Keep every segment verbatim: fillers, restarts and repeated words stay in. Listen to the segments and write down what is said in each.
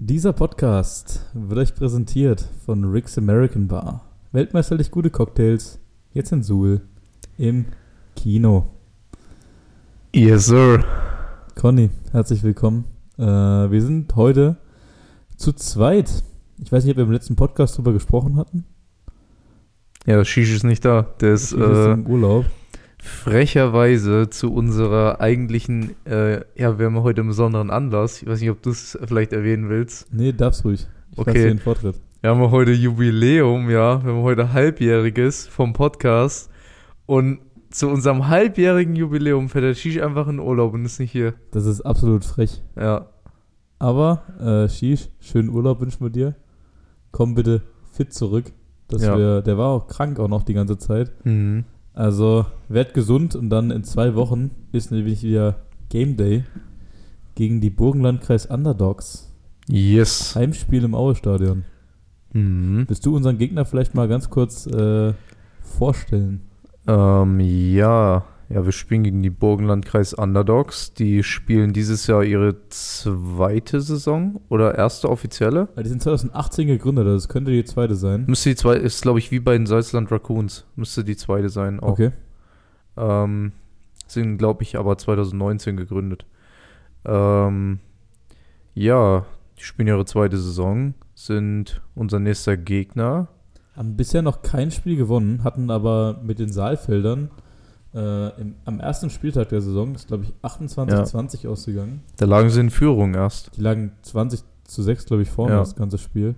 Dieser Podcast wird euch präsentiert von Rick's American Bar. Weltmeisterlich gute Cocktails, jetzt in Suhl, im Kino. Yes, sir. Conny, herzlich willkommen. Äh, wir sind heute zu zweit. Ich weiß nicht, ob wir im letzten Podcast drüber gesprochen hatten. Ja, Shish ist nicht da. Der ist, Shish ist äh, im Urlaub. frecherweise zu unserer eigentlichen, äh, ja, wir haben heute einen besonderen Anlass. Ich weiß nicht, ob du es vielleicht erwähnen willst. Nee, darfst ruhig. Ich Okay. lasse dir den Vortritt. Wir haben heute Jubiläum, ja. Wir haben heute Halbjähriges vom Podcast. Und zu unserem halbjährigen Jubiläum fährt der Shish einfach in Urlaub und ist nicht hier. Das ist absolut frech. Ja. Aber, äh, Shish, schönen Urlaub wünschen wir dir. Komm bitte fit zurück. Dass Ja. wir, der war auch krank auch noch die ganze Zeit. Mhm. Also, werd gesund und dann in zwei Wochen ist nämlich wieder Game Day gegen die Burgenlandkreis Underdogs. Yes. Heimspiel im Aue-Stadion. Mhm. Willst du unseren Gegner vielleicht mal ganz kurz äh, vorstellen? Ähm, ja. Ja, wir spielen gegen die Burgenlandkreis Underdogs. Die spielen dieses Jahr ihre zweite Saison oder erste offizielle. Weil die sind zwanzig achtzehn gegründet, also das könnte die zweite sein. Müsste die zweite, ist glaube ich wie bei den Salzland Raccoons. Müsste die zweite sein auch. Okay. Ähm, sind glaube ich aber zwanzig neunzehn gegründet. Ähm, ja, die spielen ihre zweite Saison, sind unser nächster Gegner. Haben bisher noch kein Spiel gewonnen, hatten aber mit den Saalfeldern äh, im, am ersten Spieltag der Saison, ist glaube ich achtundzwanzig zwanzig ausgegangen. Da lagen sie in Führung erst. Die lagen zwanzig zu sechs, glaube ich, vorne, Ja. das ganze Spiel.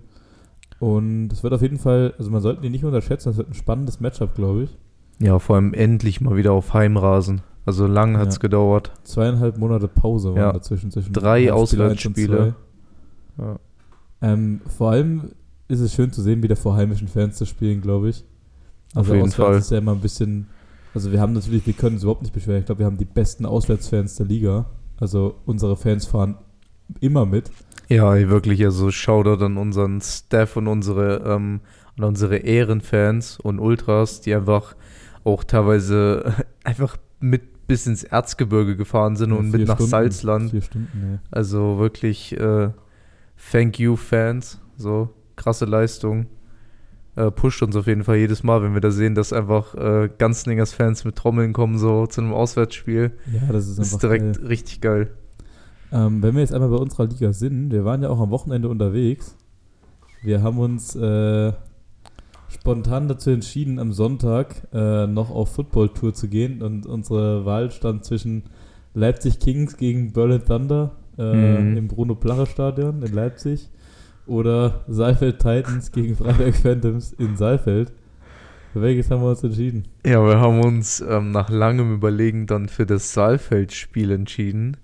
Und es wird auf jeden Fall, also man sollte die nicht unterschätzen, das wird ein spannendes Matchup, glaube ich. Ja, vor allem endlich mal wieder auf Heimrasen. Also lang hat es Ja. gedauert. Zweieinhalb Monate Pause waren Ja. dazwischen. Zwischen Drei Heimspiel Auswärtsspiele. eins und zwei. Ja. Ähm, vor allem ist es schön zu sehen, wieder vor heimischen Fans zu spielen, glaube ich. Auf Also jeden auswärts Fall. ist ja immer ein bisschen, also wir haben natürlich, wir können uns überhaupt nicht beschweren. Ich glaube, wir haben die besten Auswärtsfans der Liga. Also unsere Fans fahren immer mit. Ja, ey, wirklich, also Shoutout an unseren Staff und unsere, ähm, an unsere Ehrenfans und Ultras, die einfach auch teilweise einfach mit bis ins Erzgebirge gefahren sind und Vier mit nach Stunden, Salzland. Vier Stunden, ja. Also wirklich, äh, thank you Fans, so krasse Leistung. Äh, pusht uns auf jeden Fall jedes Mal, wenn wir da sehen, dass einfach äh, Ganzlingers Fans mit Trommeln kommen, so zu einem Auswärtsspiel. Ja, das ist Das einfach ist direkt geil. richtig geil. Ähm, wenn wir jetzt einmal bei unserer Liga sind, wir waren ja auch am Wochenende unterwegs. Wir haben uns äh, spontan dazu entschieden, am Sonntag äh, noch auf Football-Tour zu gehen und unsere Wahl stand zwischen Leipzig Kings gegen Berlin Thunder äh, Mhm. im Bruno-Plache-Stadion in Leipzig oder Saalfeld Titans gegen Freiberg Phantoms in Saalfeld. Für welches haben wir uns entschieden? Ja, wir haben uns ähm, nach langem Überlegen dann für das Saalfeld-Spiel entschieden.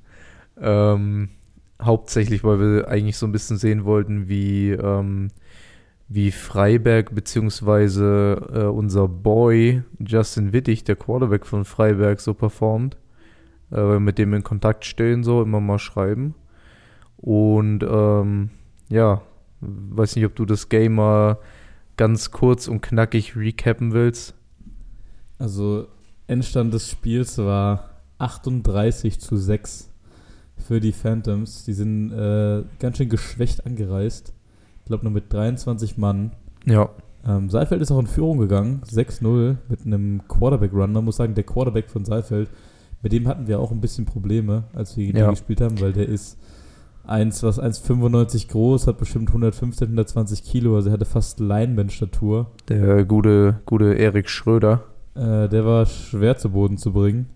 Ähm, hauptsächlich, weil wir eigentlich so ein bisschen sehen wollten, wie, ähm, wie Freiberg beziehungsweise äh, unser Boy Justin Wittig, der Quarterback von Freiberg, so performt. Äh, weil wir mit dem in Kontakt stehen, so immer mal schreiben. Und ähm, ja, weiß nicht, ob du das Game mal ganz kurz und knackig recappen willst. Also Endstand des Spiels war achtunddreißig zu sechs für die Phantoms. Die sind äh, ganz schön geschwächt angereist. Ich glaube nur mit dreiundzwanzig Mann. Ja. Ähm, Saalfeld ist auch in Führung gegangen, sechs null mit einem Quarterback-Run. Man muss sagen, der Quarterback von Saalfeld, mit dem hatten wir auch ein bisschen Probleme, als wir gegen Ja. ihn gespielt haben, weil der ist eins, was eins Komma fünfundneunzig groß, hat bestimmt hundertfünfzehn, hundertzwanzig Kilo, also er hatte fast Lineman-Statur. Der gute, gute Erik Schröder. Äh, der war schwer zu Boden zu bringen.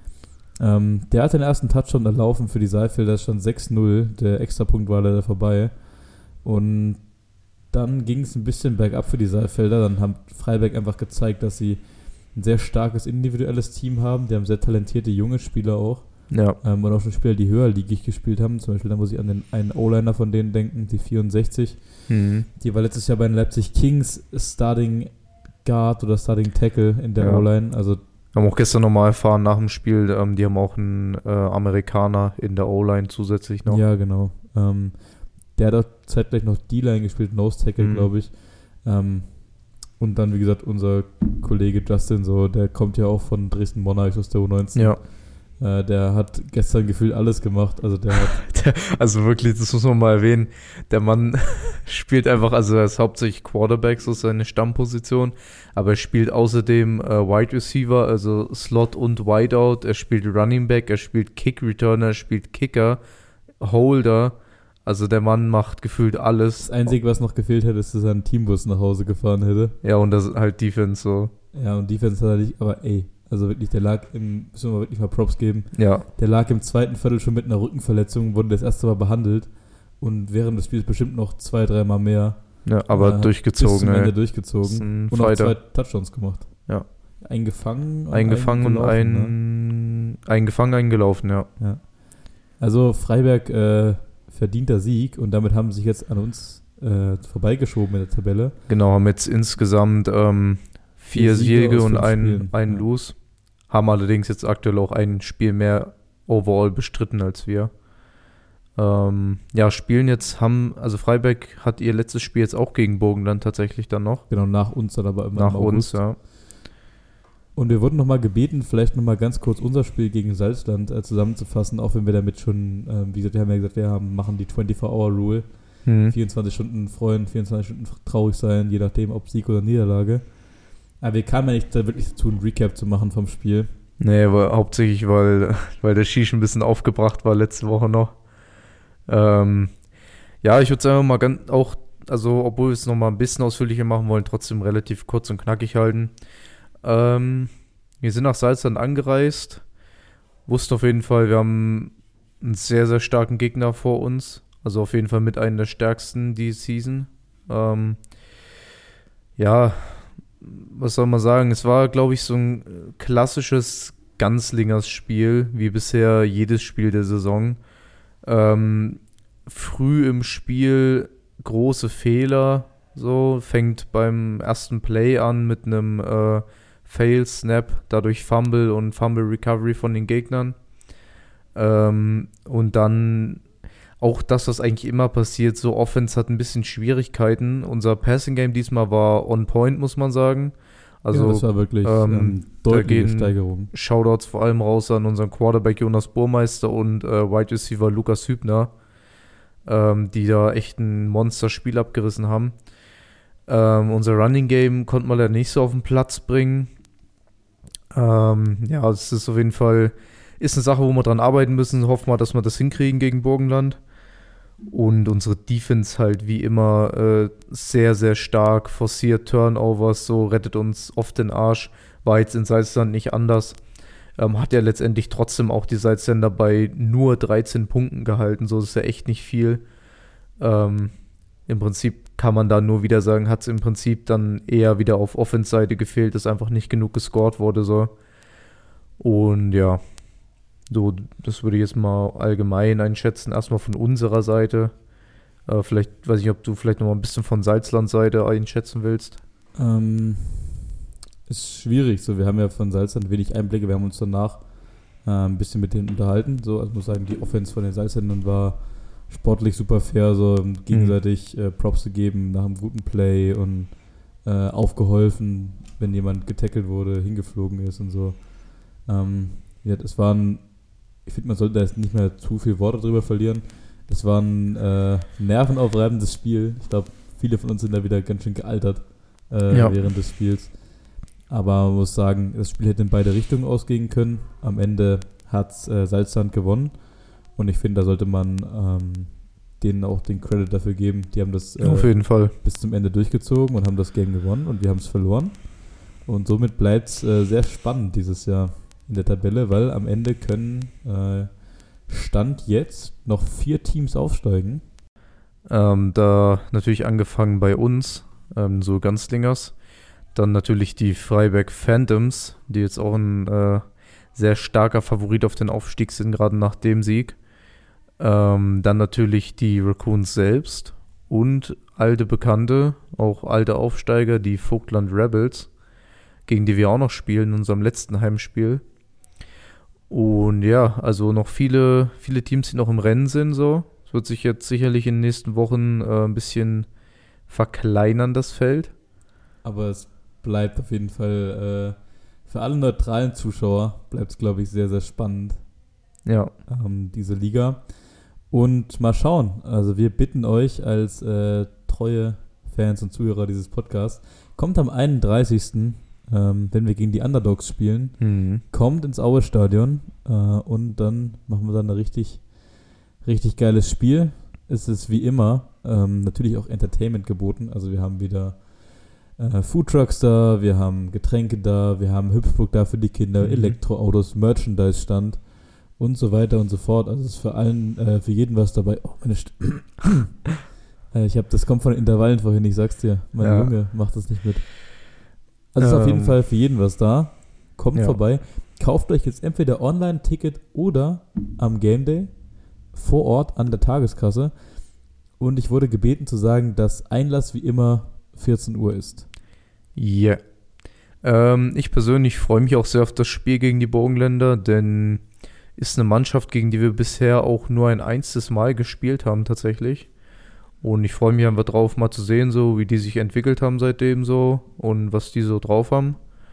Ähm, der hat den ersten Touchdown erlaufen für die Saalfelder, das stand sechs null. Der Extrapunkt war leider vorbei. Und dann ging es ein bisschen bergab für die Saalfelder. Dann haben Freiberg einfach gezeigt, dass sie ein sehr starkes individuelles Team haben. Die haben sehr talentierte junge Spieler auch. Ja. Ähm, und auch schon Spieler, die höherligig gespielt haben. Zum Beispiel, da muss ich an den einen O-Liner von denen denken, die vierundsechzig. Mhm. Die war letztes Jahr bei den Leipzig Kings Starting Guard oder Starting Tackle in der Ja. O-Line. Also Wir haben auch gestern nochmal erfahren nach dem Spiel, ähm, die haben auch einen äh, Amerikaner in der O-Line zusätzlich noch. ja, genau. Ähm, der hat auch zeitgleich noch D-Line gespielt, Nose Tackle, Mhm. glaube ich. Ähm, und dann, wie gesagt, unser Kollege Justin, so, der kommt ja auch von Dresden Monarchs aus der U neunzehn. Ja. Äh, der hat gestern gefühlt alles gemacht. Also der hat Der, also wirklich, das muss man mal erwähnen. Der Mann spielt einfach, also er ist hauptsächlich Quarterback, so seine Stammposition, aber er spielt außerdem äh, Wide Receiver, also Slot und Wideout. Er spielt Running Back, er spielt Kick Returner, er spielt Kicker, Holder. Also der Mann macht gefühlt alles. das Einzige, was noch gefehlt hätte, ist, dass er einen Teambus nach Hause gefahren hätte. Ja, und das ist halt Defense so. Ja, und Defense hat er nicht, aber ey, also wirklich, der lag im, müssen wir wirklich mal Props geben, Ja, der lag im zweiten Viertel schon mit einer Rückenverletzung, wurde das erste Mal behandelt und während des Spiels bestimmt noch zwei, dreimal mehr. ja aber Er hat durchgezogen, bis zum Ende ey. durchgezogen Ist ein und auch Fighter. zwei Touchdowns gemacht. Ja. Eingefangen und Eingefangen und eingelaufen, ne? ein, eingefangen, eingelaufen, ja. Ja. Also Freiberg äh, verdienter Sieg und damit haben sie sich jetzt an uns äh, vorbeigeschoben in der Tabelle. Genau, haben jetzt insgesamt ähm, vier Vier Siege Siege aus und fünf ein, Spielen. ein Ja. Lose. Haben allerdings jetzt aktuell auch ein Spiel mehr overall bestritten als wir. Ähm, ja, spielen jetzt, haben, also Freiberg hat ihr letztes Spiel jetzt auch gegen Burgenland tatsächlich dann noch. Genau, nach uns dann aber immer Nach im August. uns, ja. Und wir wurden nochmal gebeten, vielleicht nochmal ganz kurz unser Spiel gegen Salzland äh, zusammenzufassen, auch wenn wir damit schon, ähm, wie gesagt, wir haben ja gesagt, wir haben, machen die vierundzwanzig-Hour-Rule. Hm. vierundzwanzig Stunden freuen, vierundzwanzig Stunden traurig sein, je nachdem, ob Sieg oder Niederlage. Aber wir kamen ja nicht da wirklich dazu, einen Recap zu machen vom Spiel. Nee, aber hauptsächlich, weil, weil der Shish ein bisschen aufgebracht war letzte Woche noch. Ähm, ja, ich würde sagen, mal ganz auch, also obwohl wir es nochmal ein bisschen ausführlicher machen wollen, trotzdem relativ kurz und knackig halten. Ähm, wir sind nach Salzland angereist, wussten auf jeden Fall, wir haben einen sehr, sehr starken Gegner vor uns. Also auf jeden Fall mit einem der stärksten die Season. Ähm, ja, was soll man sagen? Es war, glaube ich, so ein klassisches Ganzlingers-Spiel, wie bisher jedes Spiel der Saison. Ähm, früh im Spiel große Fehler, so fängt beim ersten Play an mit einem äh, Fail-Snap, dadurch Fumble und Fumble-Recovery von den Gegnern. Ähm, und dann auch das, was eigentlich immer passiert, so Offense hat ein bisschen Schwierigkeiten. Unser Passing-Game diesmal war on point, muss man sagen. Also ja, das war wirklich ähm, ähm, da deutliche gehen Steigerung. Shoutouts vor allem raus an unseren Quarterback Jonas Burmeister und äh, Wide Receiver Lukas Hübner, ähm, die da echt ein Monsterspiel abgerissen haben. Ähm, unser Running Game konnte man ja nicht so auf den Platz bringen. Ähm, ja, es ist auf jeden Fall ist eine Sache, wo wir dran arbeiten müssen. Hoffen wir, dass wir das hinkriegen gegen Burgenland. Und unsere Defense halt wie immer äh, sehr, sehr stark, forciert Turnovers, so rettet uns oft den Arsch. War jetzt in Salzland nicht anders. Ähm, hat ja letztendlich trotzdem auch die Salzländer bei nur dreizehn Punkten gehalten. So ist ja echt nicht viel. Ähm, Im Prinzip kann man da nur wieder sagen, hat es im Prinzip dann eher wieder auf Offense-Seite gefehlt, dass einfach nicht genug gescored wurde. So. Und ja, so, das würde ich jetzt mal allgemein einschätzen. Erstmal von unserer Seite. Äh, vielleicht, weiß ich, ob du vielleicht noch mal ein bisschen von Salzland-Seite einschätzen willst. Ähm, ist schwierig. So, wir haben ja von Salzland wenig Einblicke. Wir haben uns danach äh, ein bisschen mit denen unterhalten. So, also ich muss sagen, die Offense von den Salzländern war sportlich super fair. So gegenseitig äh, Props gegeben nach einem guten Play und äh, aufgeholfen, wenn jemand getackelt wurde, hingeflogen ist und so. Ähm, ja, es waren Ich finde, man sollte da jetzt nicht mehr zu viel Worte drüber verlieren. Es war ein äh, nervenaufreibendes Spiel. Ich glaube, viele von uns sind da wieder ganz schön gealtert äh, Ja. während des Spiels. Aber man muss sagen, das Spiel hätte in beide Richtungen ausgehen können. Am Ende hat äh, Salzland gewonnen. Und ich finde, da sollte man ähm, denen auch den Credit dafür geben. Die haben das äh, Auf jeden Fall. bis zum Ende durchgezogen und haben das Game gewonnen. Und wir haben es verloren. Und somit bleibt es äh, sehr spannend dieses Jahr in der Tabelle, weil am Ende können äh, Stand jetzt noch vier Teams aufsteigen. Ähm, da natürlich angefangen bei uns, ähm, so Ganzlingers. Dann natürlich die Freiberg Phantoms, die jetzt auch ein äh, sehr starker Favorit auf den Aufstieg sind, gerade nach dem Sieg. Ähm, dann natürlich die Raccoons selbst und alte Bekannte, auch alte Aufsteiger, die Vogtland Rebels, gegen die wir auch noch spielen in unserem letzten Heimspiel. Und ja, also noch viele, viele Teams, die noch im Rennen sind, so. Es wird sich jetzt sicherlich in den nächsten Wochen äh, ein bisschen verkleinern, das Feld. Aber es bleibt auf jeden Fall äh, für alle neutralen Zuschauer bleibt es, glaube ich, sehr, sehr spannend. Ja. ähm, diese Liga. Und mal schauen, also wir bitten euch als äh, treue Fans und Zuhörer dieses Podcasts, kommt am einunddreißigsten Ähm, wenn wir gegen die Underdogs spielen, Mhm. kommt ins Aue-Stadion äh, und dann machen wir dann ein richtig, richtig geiles Spiel. Es ist wie immer ähm, natürlich auch Entertainment geboten, also wir haben wieder äh, Foodtrucks da, wir haben Getränke da, wir haben Hüpfburg da für die Kinder, Mhm. Elektroautos, Merchandise-Stand und so weiter und so fort. Also es ist für allen, äh, für jeden was dabei. Oh, meine St äh, ich habe, das kommt von den Intervallen vorhin, ich sag's dir. Meine Ja. Lunge macht das nicht mit. Also ist auf jeden Ähm, Fall für jeden was da. Kommt ja. vorbei. Kauft euch jetzt entweder online ein Ticket oder am Game Day vor Ort an der Tageskasse. Und ich wurde gebeten zu sagen, dass Einlass wie immer vierzehn Uhr ist. Ja. Yeah. Ähm, ich persönlich freue mich auch sehr auf das Spiel gegen die Burgenländer, denn ist eine Mannschaft, gegen die wir bisher auch nur ein einziges Mal gespielt haben tatsächlich. Und ich freue mich einfach drauf, mal zu sehen, so wie die sich entwickelt haben seitdem so und was die so drauf haben.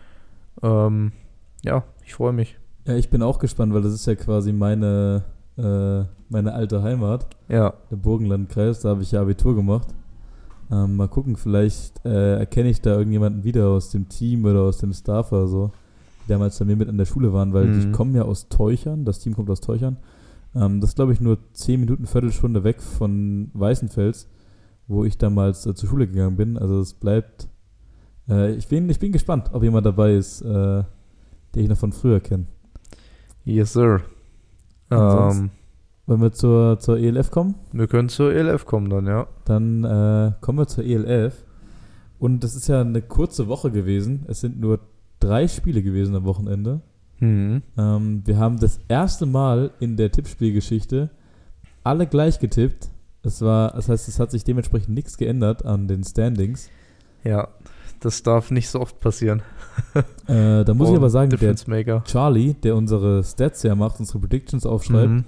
Ähm, ja, ich freue mich. Ja, ich bin auch gespannt, weil das ist ja quasi meine, äh, meine alte Heimat, Ja, der Burgenlandkreis. Da habe ich ja Abitur gemacht. Ähm, mal gucken, vielleicht äh, erkenne ich da irgendjemanden wieder aus dem Team oder aus dem Staff oder so, die damals bei mir mit an der Schule waren, weil Mhm. die kommen ja aus Teuchern, das Team kommt aus Teuchern. Ähm, das ist, glaube ich, nur zehn Minuten, Viertelstunde weg von Weißenfels, wo ich damals äh, zur Schule gegangen bin. Also es bleibt, äh, ich, bin, ich bin gespannt, ob jemand dabei ist, äh, den ich noch von früher kenne. yes sir. Ansonsten- Ähm, Wenn wir zur, zur E L F kommen, wir können zur E L F kommen dann, ja. dann äh, kommen wir zur E L F. Und das ist ja eine kurze Woche gewesen. Es sind nur drei Spiele gewesen am Wochenende. Mhm. Ähm, wir haben das erste Mal in der Tippspielgeschichte alle gleich getippt. Es war, das heißt, es hat sich dementsprechend nichts geändert an den Standings. Ja, das darf nicht so oft passieren. Äh, da muss ich Oh, aber sagen, der Difference Maker. Charlie, der unsere Stats ja macht, unsere Predictions aufschreibt, Mhm.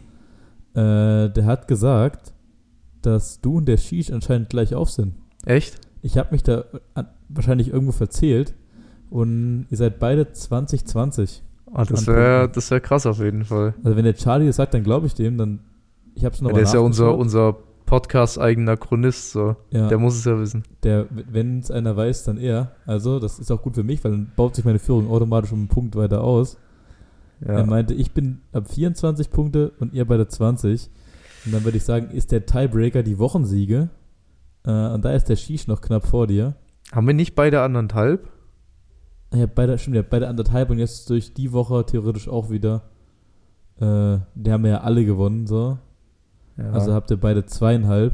äh, der hat gesagt, dass du und der Shish anscheinend gleich auf sind. Echt? Ich habe mich da an, wahrscheinlich irgendwo verzählt und ihr seid beide zwanzig zwanzig. Ah, das An wäre Punkten. das wär krass auf jeden Fall. Also wenn der Charlie das sagt, dann glaube ich dem, dann ich habe es Ja, nochmal der ist ja unser, nachgeschaut. unser Podcast-eigener Chronist, so. Ja, Der muss es ja wissen. der, wenn es einer weiß, dann er. Also das ist auch gut für mich, weil dann baut sich meine Führung automatisch um einen Punkt weiter aus. Ja. Er meinte, ich bin ab vierundzwanzig Punkte und ihr beide zwanzig. Und dann würde ich sagen, ist der Tiebreaker die Wochensiege. Äh, und da ist der Shish noch knapp vor dir. Haben wir nicht beide anderthalb? Ja, beide, stimmt, ja, beide anderthalb und jetzt durch die Woche theoretisch auch wieder. Äh, die haben ja alle gewonnen, so. Ja. Also habt ihr beide zweieinhalb.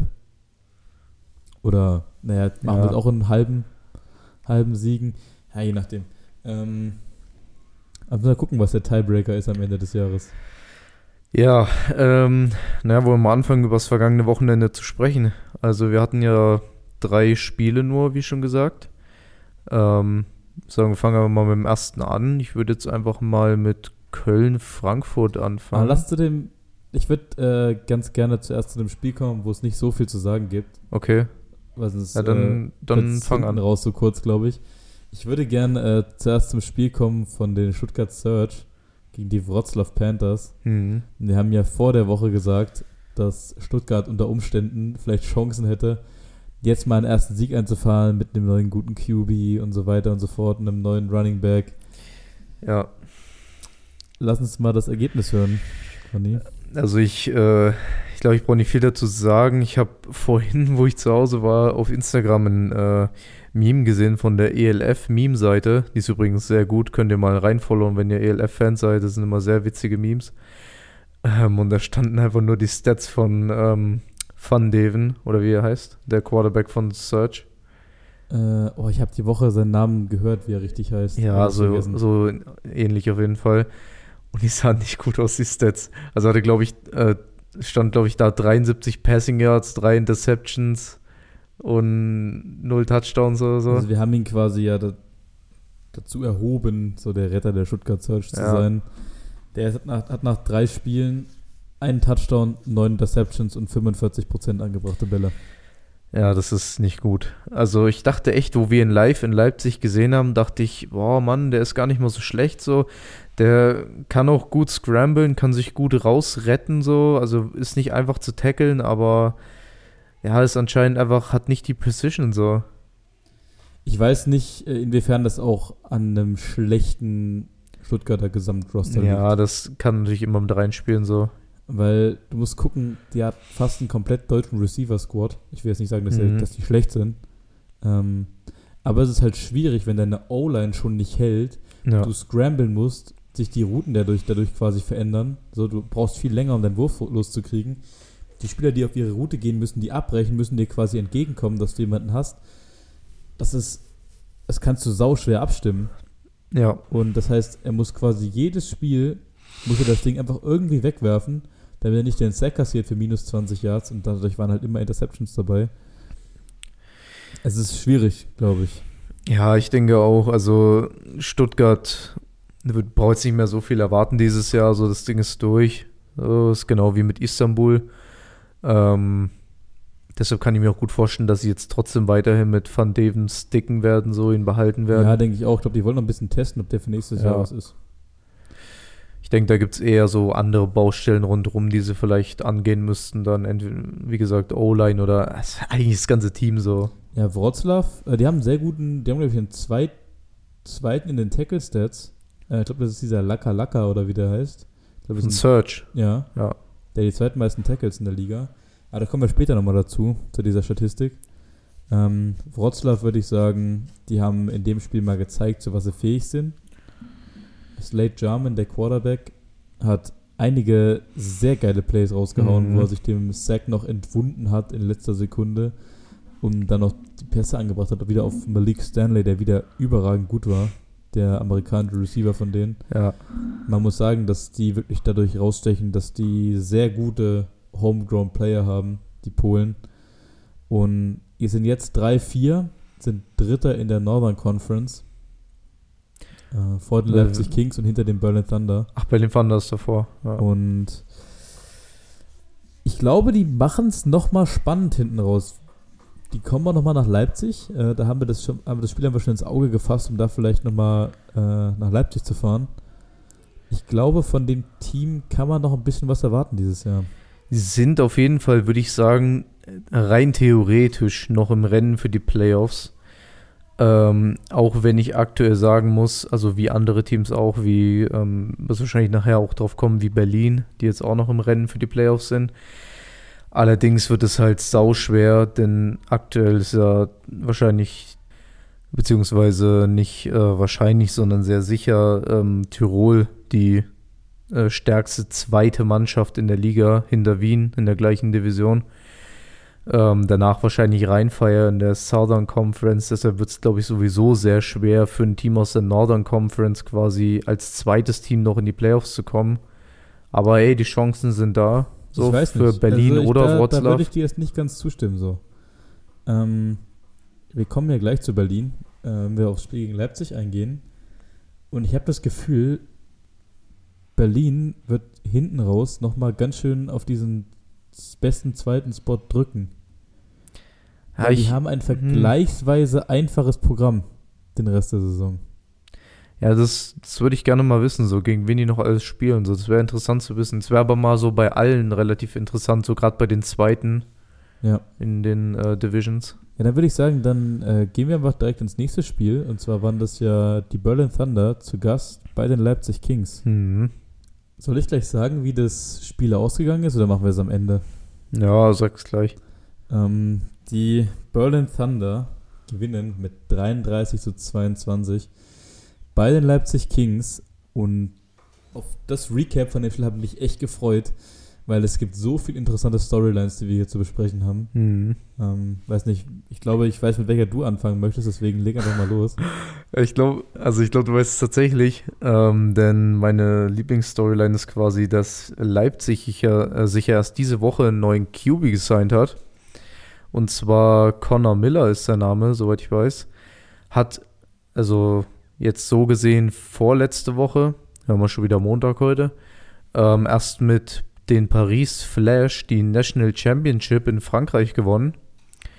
Oder, naja, machen Ja. wir es auch in halben, halben Siegen. Ja, je nachdem. Ähm, aber mal gucken, was der Tiebreaker ist am Ende des Jahres. Ja, ähm, naja, wollen wir mal anfangen, über das vergangene Wochenende zu sprechen. Also wir hatten ja drei Spiele nur, wie schon gesagt. Ähm, sagen wir fangen aber mal mit dem ersten an. Ich würde jetzt einfach mal mit Köln-Frankfurt Aber anfangen. lass zu dem, ich würde äh, ganz gerne zuerst zu dem Spiel kommen, wo es nicht so viel zu sagen gibt. Okay, Weil sonst, ja, dann, äh, dann wird's fang hinten an. raus, so kurz, glaube ich. Ich würde gerne äh, zuerst zum Spiel kommen von den Stuttgart Surge gegen die Wroclaw Panthers. Mhm. Wir haben ja vor der Woche gesagt, dass Stuttgart unter Umständen vielleicht Chancen hätte, jetzt mal einen ersten Sieg einzufahren mit einem neuen guten Q B und so weiter und so fort, einem neuen Running Back. Ja, Lass uns mal das Ergebnis hören, Conny. also ich, äh, ich glaube, ich brauche nicht viel dazu sagen. Ich habe vorhin, wo ich zu Hause war, auf Instagram ein äh, Meme gesehen von der E L F-Meme-Seite. Die ist übrigens sehr gut, könnt ihr mal reinfollowen, wenn ihr E L F-Fans seid. Das sind immer sehr witzige Memes. Ähm, und da standen einfach nur die Stats von ähm, Van Deven, oder wie er heißt, der Quarterback von Surge. Äh, oh, ich habe die Woche seinen Namen gehört, wie er richtig heißt. Ja, Hab ich so, vergessen. so ähnlich auf jeden Fall. Und die sahen nicht gut aus, die Stats. Also hatte, glaube ich, äh, stand, glaube ich, da dreiundsiebzig Passing Yards, drei Interceptions und null Touchdowns oder so. Also wir haben ihn quasi ja da, dazu erhoben, so der Retter der Stuttgart Surge zu Ja. sein. Der hat nach, hat nach drei Spielen einen Touchdown, neun Interceptions und fünfundvierzig Prozent angebrachte Bälle. Ja, das ist nicht gut. Also ich dachte echt, wo wir ihn live in Leipzig gesehen haben, dachte ich, boah Mann, der ist gar nicht mal so schlecht so. Der kann auch gut scramblen, kann sich gut rausretten so. Also ist nicht einfach zu tackeln, aber ja, ist anscheinend einfach, hat nicht die Precision so. Ich weiß nicht, äh, inwiefern das auch an einem schlechten Stuttgarter Gesamtroster Ja, liegt. das kann natürlich immer mit reinspielen so. Weil du musst gucken, die hat fast einen komplett deutschen Receiver-Squad. Ich will jetzt nicht sagen, dass, Mhm. der, dass die schlecht sind. Ähm, aber es ist halt schwierig, wenn deine O-Line schon nicht hält, Ja, du scramblen musst, sich die Routen dadurch, dadurch quasi verändern. So, du brauchst viel länger, um deinen Wurf loszukriegen. Die Spieler, die auf ihre Route gehen müssen, die abbrechen, müssen dir quasi entgegenkommen, dass du jemanden hast. Das ist, das kannst du sauschwer abstimmen. ja. Und das heißt, er muss quasi jedes Spiel, muss er das Ding einfach irgendwie wegwerfen, damit er nicht den Sack kassiert für minus zwanzig Yards und dadurch waren halt immer Interceptions dabei. Es ist schwierig, glaube ich. Ja, ich denke auch, also Stuttgart wird, braucht jetzt nicht mehr so viel erwarten dieses Jahr, so das Ding ist durch. So, ist genau wie mit Istanbul. Ähm, deshalb kann ich mir auch gut vorstellen, dass sie jetzt trotzdem weiterhin mit Van Deven sticken werden, so ihn behalten werden. Ja, denke ich auch. Ich glaube, die wollen noch ein bisschen testen, ob der für nächstes Ja. Jahr was ist. Ich denke, da gibt es eher so andere Baustellen rundherum, die sie vielleicht angehen müssten. Dann, entweder, wie gesagt, O-Line oder also eigentlich das ganze Team so. Ja, Wroclaw, äh, die haben einen sehr guten, die haben, glaube ich, einen zweit, zweiten in den Tackle-Stats. Äh, ich glaube, das ist dieser Laka Laka oder wie der heißt. Ich glaube, das Ein ist ein, Search. ja, Ja. der die zweitmeisten Tackles in der Liga. Aber da kommen wir später nochmal dazu, zu dieser Statistik. Ähm, Wroclaw würde ich sagen, die haben in dem Spiel mal gezeigt, zu was sie fähig sind. Slade Jarman, der Quarterback, hat einige sehr geile Plays rausgehauen, Mhm. wo er sich dem Sack noch entwunden hat in letzter Sekunde und dann noch die Pässe angebracht hat, wieder auf Malik Stanley, der wieder überragend gut war, der amerikanische Receiver von denen. Ja. Man muss sagen, dass die wirklich dadurch rausstechen, dass die sehr gute Homegrown Player haben, die Polen. Und die sind jetzt drei vier, sind Dritter in der Northern Conference. Äh, vor den Ja. Leipzig Kings und hinter den Berlin Thunder. Ach, Berlin Thunders davor. Ja. Und ich glaube, die machen es nochmal spannend hinten raus. Die kommen auch nochmal nach Leipzig. Äh, da haben wir das schon, haben wir das Spiel einfach schon ins Auge gefasst, um da vielleicht nochmal äh, nach Leipzig zu fahren. Ich glaube, von dem Team kann man noch ein bisschen was erwarten dieses Jahr. Sie sind auf jeden Fall, würde ich sagen, rein theoretisch noch im Rennen für die Playoffs. Ähm, auch wenn ich aktuell sagen muss, also wie andere Teams auch, wie ähm, was wahrscheinlich nachher auch drauf kommen, wie Berlin, die jetzt auch noch im Rennen für die Playoffs sind. Allerdings wird es halt sauschwer, denn aktuell ist ja wahrscheinlich, beziehungsweise nicht äh, wahrscheinlich, sondern sehr sicher ähm, Tirol die äh, stärkste zweite Mannschaft in der Liga hinter Wien in der gleichen Division. Ähm, danach wahrscheinlich Rheinfire in der Southern Conference. Deshalb wird es, glaube ich, sowieso sehr schwer für ein Team aus der Northern Conference quasi als zweites Team noch in die Playoffs zu kommen. Aber ey, die Chancen sind da. So ich weiß für nicht. Berlin Also ich, oder da, Wroclaw. Da würde ich dir jetzt nicht ganz zustimmen. So. Ähm, wir kommen ja gleich zu Berlin, äh, wenn wir aufs Spiel gegen Leipzig eingehen. Und ich habe das Gefühl, Berlin wird hinten raus nochmal ganz schön auf diesen besten zweiten Spot drücken. Ja, Weil die ich- haben ein vergleichsweise einfaches Programm den Rest der Saison. Ja, das, das würde ich gerne mal wissen, so gegen wen die noch alles spielen. So, das wäre interessant zu wissen. Es wäre aber mal so bei allen relativ interessant, so gerade bei den zweiten Ja. in den äh, Divisions. Ja, dann würde ich sagen, dann äh, gehen wir einfach direkt ins nächste Spiel. Und zwar waren das ja die Berlin Thunder zu Gast bei den Leipzig Kings. Mhm. Soll ich gleich sagen, wie das Spiel ausgegangen ist, oder machen wir es am Ende? Ja, sag's gleich. Ähm, die Berlin Thunder gewinnen mit dreiunddreißig zu zweiundzwanzig bei den Leipzig Kings. Und auf das Recap von dem Spiel habe ich mich echt gefreut, weil es gibt so viele interessante Storylines, die wir hier zu besprechen haben. Mhm. Ähm, weiß nicht, ich glaube, ich weiß, mit welcher du anfangen möchtest, deswegen leg einfach mal los. Ich glaube, also ich glaube, du weißt es tatsächlich, ähm, denn meine Lieblingsstoryline ist quasi, dass Leipzig sich ja, äh, sich ja erst diese Woche einen neuen Q B gesigned hat. Und zwar Connor Miller ist sein Name, soweit ich weiß. Hat, also jetzt so gesehen, vorletzte Woche, wir haben ja schon wieder Montag heute, ähm, erst mit den Paris Flash die National Championship in Frankreich gewonnen.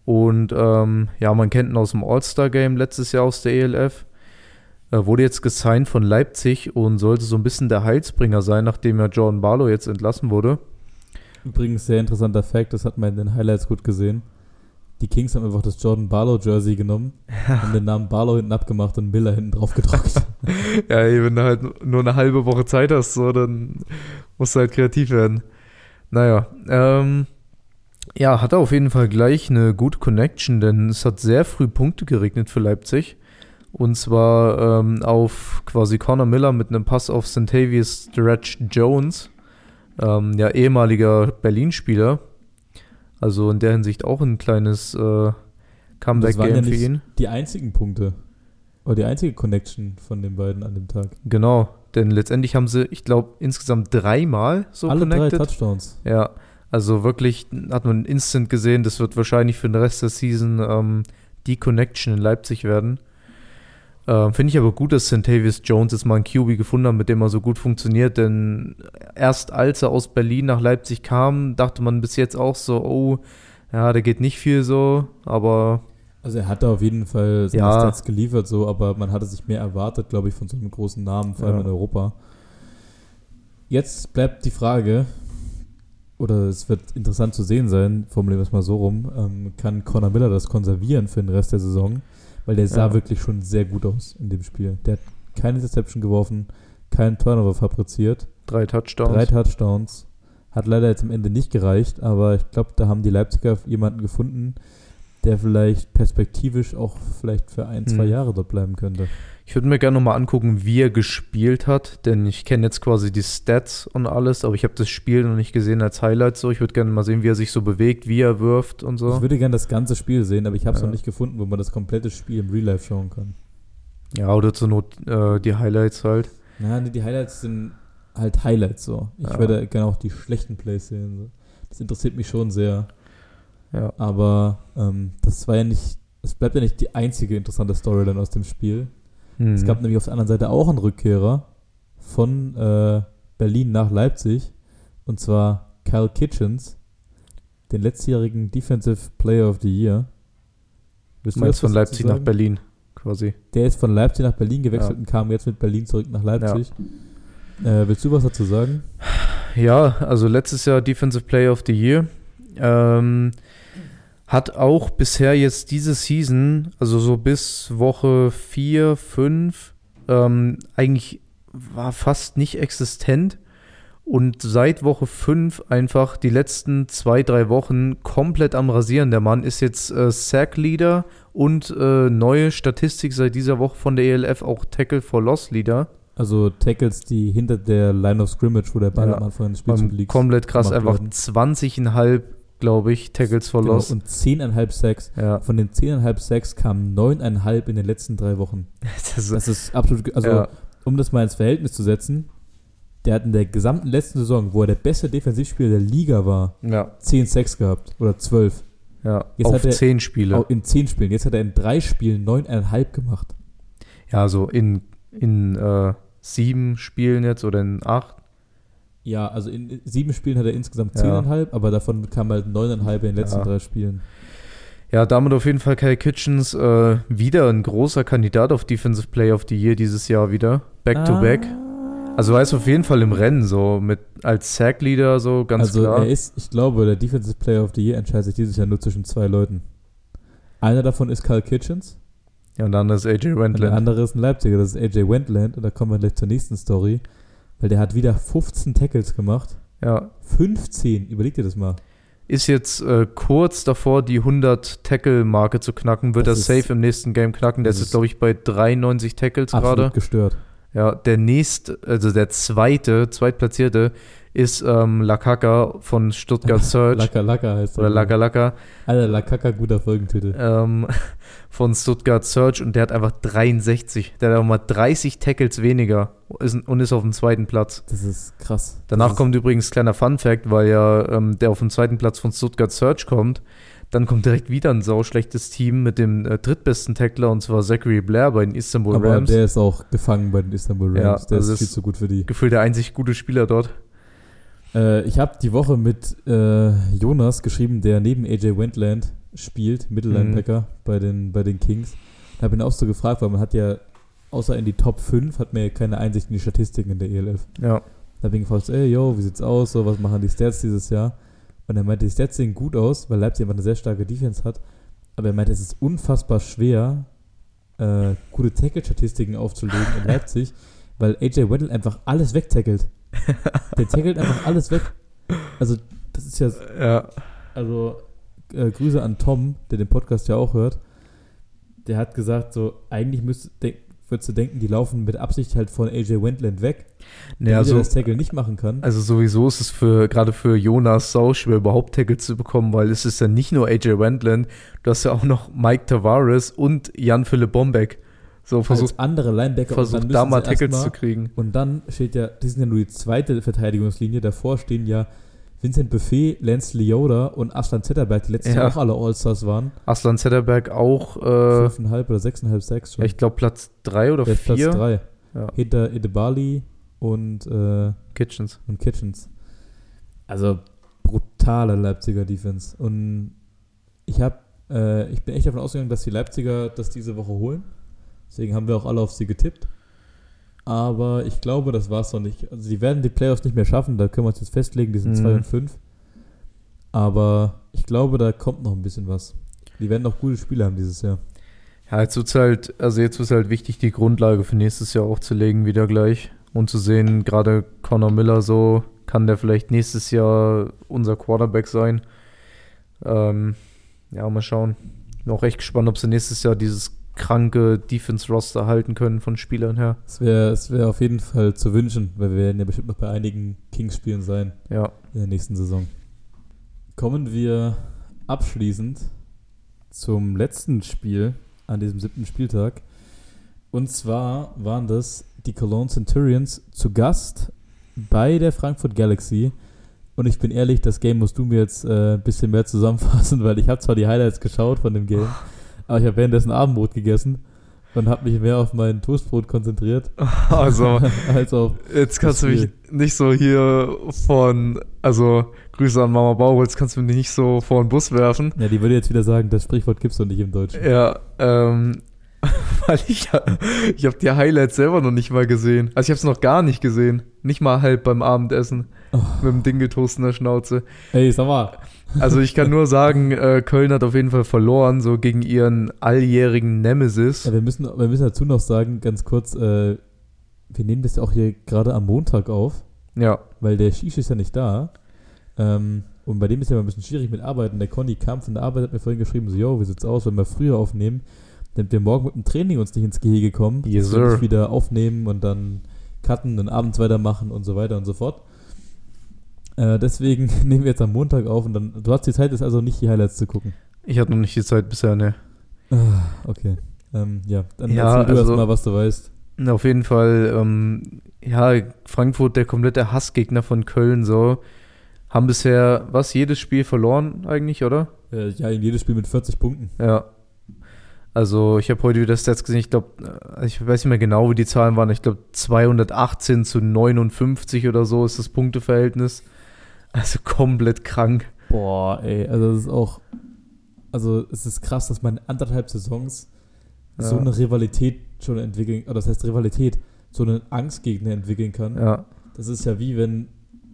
Und ähm, ja, man kennt ihn aus dem All-Star-Game letztes Jahr aus der E L F. Er wurde jetzt gesigned von Leipzig und sollte so ein bisschen der Heilsbringer sein, nachdem ja Jordan Barlow jetzt entlassen wurde. Übrigens sehr interessanter Fact, das hat man in den Highlights gut gesehen. Die Kings haben einfach das Jordan Barlow Jersey genommen Ja. und den Namen Barlow hinten abgemacht und Miller hinten drauf gedruckt. Ja, ey, wenn du halt nur eine halbe Woche Zeit hast, so, dann musst du halt kreativ werden. Naja, ähm, ja, hat er auf jeden Fall gleich eine gute Connection, denn es hat sehr früh Punkte geregnet für Leipzig. Und zwar ähm, auf quasi Connor Miller mit einem Pass auf Centavious Stretch Jones, ähm, ja, ehemaliger Berlin-Spieler. Also in der Hinsicht auch ein kleines äh, Comeback-Game ja für ihn. Die einzigen Punkte oder die einzige Connection von den beiden an dem Tag. Genau, denn letztendlich haben sie, ich glaube, insgesamt dreimal so Alle connected. drei Touchdowns. Ja, also wirklich hat man instant gesehen, das wird wahrscheinlich für den Rest der Season ähm, die Connection in Leipzig werden. Ähm, Finde ich aber gut, dass Centavious Jones jetzt mal einen Q B gefunden hat, mit dem er so gut funktioniert, denn erst als er aus Berlin nach Leipzig kam, dachte man bis jetzt auch so, oh, ja, da geht nicht viel so, aber Also er hat da auf jeden Fall seine Ja. Stats geliefert, so, aber man hatte sich mehr erwartet, glaube ich, von so einem großen Namen, vor allem Ja. in Europa. Jetzt bleibt die Frage, oder es wird interessant zu sehen sein, formulieren wir es mal so rum, ähm, kann Connor Miller das konservieren für den Rest der Saison? Weil der sah Ja. wirklich schon sehr gut aus in dem Spiel. Der hat keine Interception geworfen, keinen Turnover fabriziert, drei Touchdowns. drei Touchdowns. Hat leider jetzt am Ende nicht gereicht, aber ich glaube, da haben die Leipziger jemanden gefunden, der vielleicht perspektivisch auch vielleicht für ein, zwei Hm. Jahre dort bleiben könnte. Ich würde mir gerne nochmal angucken, wie er gespielt hat, denn ich kenne jetzt quasi die Stats und alles, aber ich habe das Spiel noch nicht gesehen als Highlight so. Ich würde gerne mal sehen, wie er sich so bewegt, wie er wirft und so. Ich würde gerne das ganze Spiel sehen, aber ich habe es Ja. noch nicht gefunden, wo man das komplette Spiel im Real Life schauen kann. Ja, oder zur Not äh, die Highlights halt. Na, nee, die Highlights sind halt Highlights so. Ich Ja. würde gerne auch die schlechten Plays sehen. So. Das interessiert mich schon sehr. Ja. Aber ähm, das war ja nicht, es bleibt ja nicht die einzige interessante Storyline aus dem Spiel. Mhm. Es gab nämlich auf der anderen Seite auch einen Rückkehrer von äh, Berlin nach Leipzig. Und zwar Kyle Kitchens, den letztjährigen Defensive Player of the Year. Willst Du du meinst was von dazu Leipzig nach sagen? Berlin quasi. Der ist von Leipzig nach Berlin gewechselt Ja. und kam jetzt mit Berlin zurück nach Leipzig. Äh, willst du was dazu sagen? Ja, also letztes Jahr Defensive Player of the Year. Ähm, hat auch bisher jetzt diese Season, also so bis Woche vier, fünf, ähm, eigentlich war fast nicht existent. Und seit Woche fünf einfach die letzten zwei, drei Wochen komplett am Rasieren. Der Mann ist jetzt äh, Sack-Leader und äh, neue Statistik seit dieser Woche von der E L F auch Tackle for Loss-Leader. Also Tackles, die hinter der Line of Scrimmage, wo der Ball Ja, am Anfang des Spiels Ähm, liegt. komplett krass, gemacht einfach werden. zwanzig Komma fünf, glaube ich, Tackles for Genau, Loss. und zehn Komma fünf Sacks. Ja. Von den zehn Komma fünf Sacks kamen neun Komma fünf in den letzten drei Wochen. Das Das ist absolut, ge- also ja, um das mal ins Verhältnis zu setzen, der hat in der gesamten letzten Saison, wo er der beste Defensivspieler der Liga war, ja, zehn Sacks gehabt oder zwölf. ja. Jetzt auf hat er- zehn Spiele. Auch in zehn Spielen. Jetzt hat er in drei Spielen neun Komma fünf gemacht. Ja, so in, in äh, sieben Spielen jetzt oder in acht. Ja, also in sieben Spielen hat er insgesamt Ja. zehn Komma fünf, aber davon kam halt neun Komma fünf in den letzten Ja. drei Spielen. Ja, damit auf jeden Fall Kyle Kitchens äh, wieder ein großer Kandidat auf Defensive Player of the Year dieses Jahr wieder. Back to back. Also er ist auf jeden Fall im Rennen, so mit als Sack-Leader, so ganz also klar. er ist, ich glaube, der Defensive Player of the Year entscheidet sich dieses Jahr nur zwischen zwei Leuten. Einer davon ist Kyle Kitchens Ja, und dann ist A J und der Wendland. andere ist ein Leipziger, das ist A J Wendland und da kommen wir gleich zur nächsten Story, weil der hat wieder fünfzehn Tackles gemacht. Ja, fünfzehn, überleg dir das mal. ist jetzt äh, kurz davor, die hundert-Tackle-Marke zu knacken. Wird er Das ist- safe im nächsten Game knacken. Der das ist jetzt, ist glaube ich, bei dreiundneunzig Tackles Absolut gerade. gestört. Ja, der nächste, also der zweite, zweitplatzierte ist ähm, Lakaka von Stuttgart Surge. Laka Laka heißt er. oder Laka Laka Alter, Lakaka, guter Folgentitel. ähm, von Stuttgart Surge und der hat einfach dreiundsechzig. Der hat auch mal dreißig Tackles weniger ist, und ist auf dem zweiten Platz. Das ist krass. Danach das ist, kommt übrigens kleiner Fun-Fact, weil ja ähm, der auf dem zweiten Platz von Stuttgart Surge kommt. Dann kommt direkt wieder ein sauschlechtes Team mit dem äh, drittbesten Tackler und zwar Zachary Blair bei den Istanbul aber Rams. der ist auch gefangen bei den Istanbul Ja, Rams. der also ist viel das- zu gut für die. Gefühlt der einzig gute Spieler dort. Äh, ich habe die Woche mit äh, Jonas geschrieben, der neben A J Wendland spielt, Mittellinebacker mhm. bei, den, bei den Kings. Da habe ich ihn auch so gefragt, weil man hat ja, außer in die Top fünf, hat man ja keine Einsicht in die Statistiken in der E L F. Ja. Da habe ich ihn gefragt, ey, yo, wie sieht's aus, so, was machen die Stats dieses Jahr? Und er meinte, die Stats sehen gut aus, weil Leipzig einfach eine sehr starke Defense hat. Aber er meinte, es ist unfassbar schwer, äh, gute Tackle-Statistiken aufzulegen in Leipzig, weil A J Weddle einfach alles wegtackelt. Der tackelt einfach alles weg. Also, das ist ja... Ja. Also, äh, Grüße an Tom, der den Podcast ja auch hört. Der hat gesagt, so, eigentlich müsste, denk, würdest du denken, die laufen mit Absicht halt von A J Wendland weg, naja, damit so, er das Tackle nicht machen kann. Also sowieso ist es für gerade für Jonas sau schwer, überhaupt Tackles zu bekommen, weil es ist ja nicht nur A J Wendland, du hast ja auch noch Mike Tavares und Jan-Philipp Bombeck. So versucht andere Linebacker versucht da mal Tackles zu kriegen. Und dann steht ja, das ist ja nur die zweite Verteidigungslinie, davor stehen ja Vincent Buffet, Lance Leota und Aslan Zetterberg, die letztes Jahr ja. auch alle All-Stars waren. Aslan Zetterberg auch äh, fünfeinhalb oder sechseinhalb, sechs schon. Ich glaube Platz drei oder vier. Platz drei. Ja. Hinter Edebali und äh, Kitchens. Und Kitchens. Also brutale Leipziger Defense. Und ich habe, äh, ich bin echt davon ausgegangen, dass die Leipziger das diese Woche holen. Deswegen haben wir auch alle auf sie getippt. Aber ich glaube, das war es noch nicht. Also die werden die Playoffs nicht mehr schaffen, da können wir uns jetzt festlegen, die sind zwei mhm. und fünf. Aber ich glaube, da kommt noch ein bisschen was. Die werden noch gute Spiele haben dieses Jahr. Ja, jetzt wird's halt, also jetzt ist halt wichtig, die Grundlage für nächstes Jahr aufzulegen, wieder gleich. Und zu sehen, gerade Connor Miller so, kann der vielleicht nächstes Jahr unser Quarterback sein. Ähm, ja, mal schauen. Bin auch echt gespannt, ob sie nächstes Jahr dieses kranke Defense-Roster halten können von Spielern her. Es wäre es wär auf jeden Fall zu wünschen, weil wir werden ja bestimmt noch bei einigen Kings-Spielen sein ja. in der nächsten Saison. Kommen wir abschließend zum letzten Spiel an diesem siebten Spieltag. Und zwar waren das die Cologne Centurions zu Gast bei der Frankfurt Galaxy. Und ich bin ehrlich, das Game musst du mir jetzt äh, ein bisschen mehr zusammenfassen, weil ich habe zwar die Highlights geschaut von dem Game, aber ich habe währenddessen Abendbrot gegessen und habe mich mehr auf mein Toastbrot konzentriert. Also, als auf jetzt kannst du mich nicht so hier von, also Grüße an Mama Bauer, jetzt kannst du mich nicht so vor den Bus werfen. Ja, die würde jetzt wieder sagen, das Sprichwort gibt's doch nicht im Deutschen. Ja, ähm, weil ich, ich habe die Highlights selber noch nicht mal gesehen. Also ich habe es noch gar nicht gesehen. Nicht mal halb beim Abendessen. Oh. Mit dem Dingeltoast in der Schnauze. Ey, sag mal. Also ich kann nur sagen, äh, Köln hat auf jeden Fall verloren, so gegen ihren alljährigen Nemesis. Ja, wir müssen, wir müssen dazu noch sagen, ganz kurz, äh, wir nehmen das ja auch hier gerade am Montag auf. Ja. Weil der Shish ist ja nicht da. Ähm, und bei dem ist ja immer ein bisschen schwierig mit Arbeiten. Der Conny kam von der Arbeit, hat mir vorhin geschrieben, so, yo, wie sieht's aus, wenn wir früher aufnehmen, damit wir morgen mit dem Training uns nicht ins Gehege kommen. Yes, dass wir sir. nicht wieder aufnehmen und dann cutten, dann abends weitermachen und so weiter und so fort. Äh, deswegen nehmen wir jetzt am Montag auf und dann, du hast die Zeit, ist also nicht die Highlights zu gucken. Ich hatte noch nicht die Zeit bisher, ne. Ah, okay. Ähm, ja, dann ja, erzähl du also, erst mal, was du weißt. Auf jeden Fall, ähm, ja, Frankfurt, der komplette Hassgegner von Köln, so, haben bisher, was, jedes Spiel verloren eigentlich, oder? Äh, ja, in jedes Spiel mit vierzig Punkten. Ja. Also ich habe heute wieder Stats gesehen, ich glaube, ich weiß nicht mehr genau, wie die Zahlen waren, ich glaube zweihundertachtzehn zu neunundfünfzig oder so ist das Punkteverhältnis. Also komplett krank. Boah, ey, also das ist auch, also es ist krass, dass man in anderthalb Saisons ja. so eine Rivalität schon entwickeln, oder das heißt Rivalität, so eine Angstgegner entwickeln kann. Ja. Das ist ja wie wenn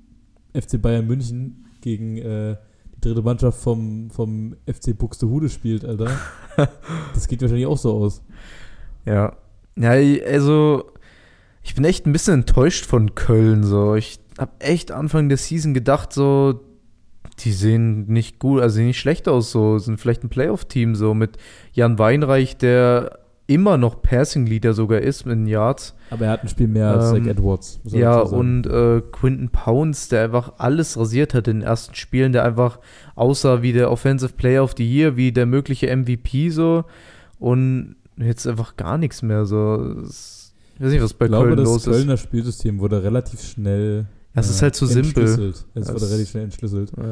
F C Bayern München gegen äh, die dritte Mannschaft vom, vom F C Buxtehude spielt, Alter. Das geht wahrscheinlich auch so aus. Ja. Ja, also ich bin echt ein bisschen enttäuscht von Köln, so. Ich habe echt Anfang der Season gedacht, so, die sehen nicht gut, also nicht schlecht aus, so, sind vielleicht ein Playoff-Team, so, mit Jan Weinreich, der immer noch Passing-Leader sogar ist mit den Yards. Aber er hat ein Spiel mehr als ähm, Zach Edwards. Ja, und äh, Quinton Pounds, der einfach alles rasiert hat in den ersten Spielen, der einfach aussah wie der Offensive Player of the Year, wie der mögliche M V P, so, und jetzt einfach gar nichts mehr, so. Das, ich weiß nicht, was bei ich glaube, Köln los ist. Das Kölner Spielsystem wurde relativ schnell Das äh, ist halt so simpel. Es wurde relativ schnell entschlüsselt. Ja.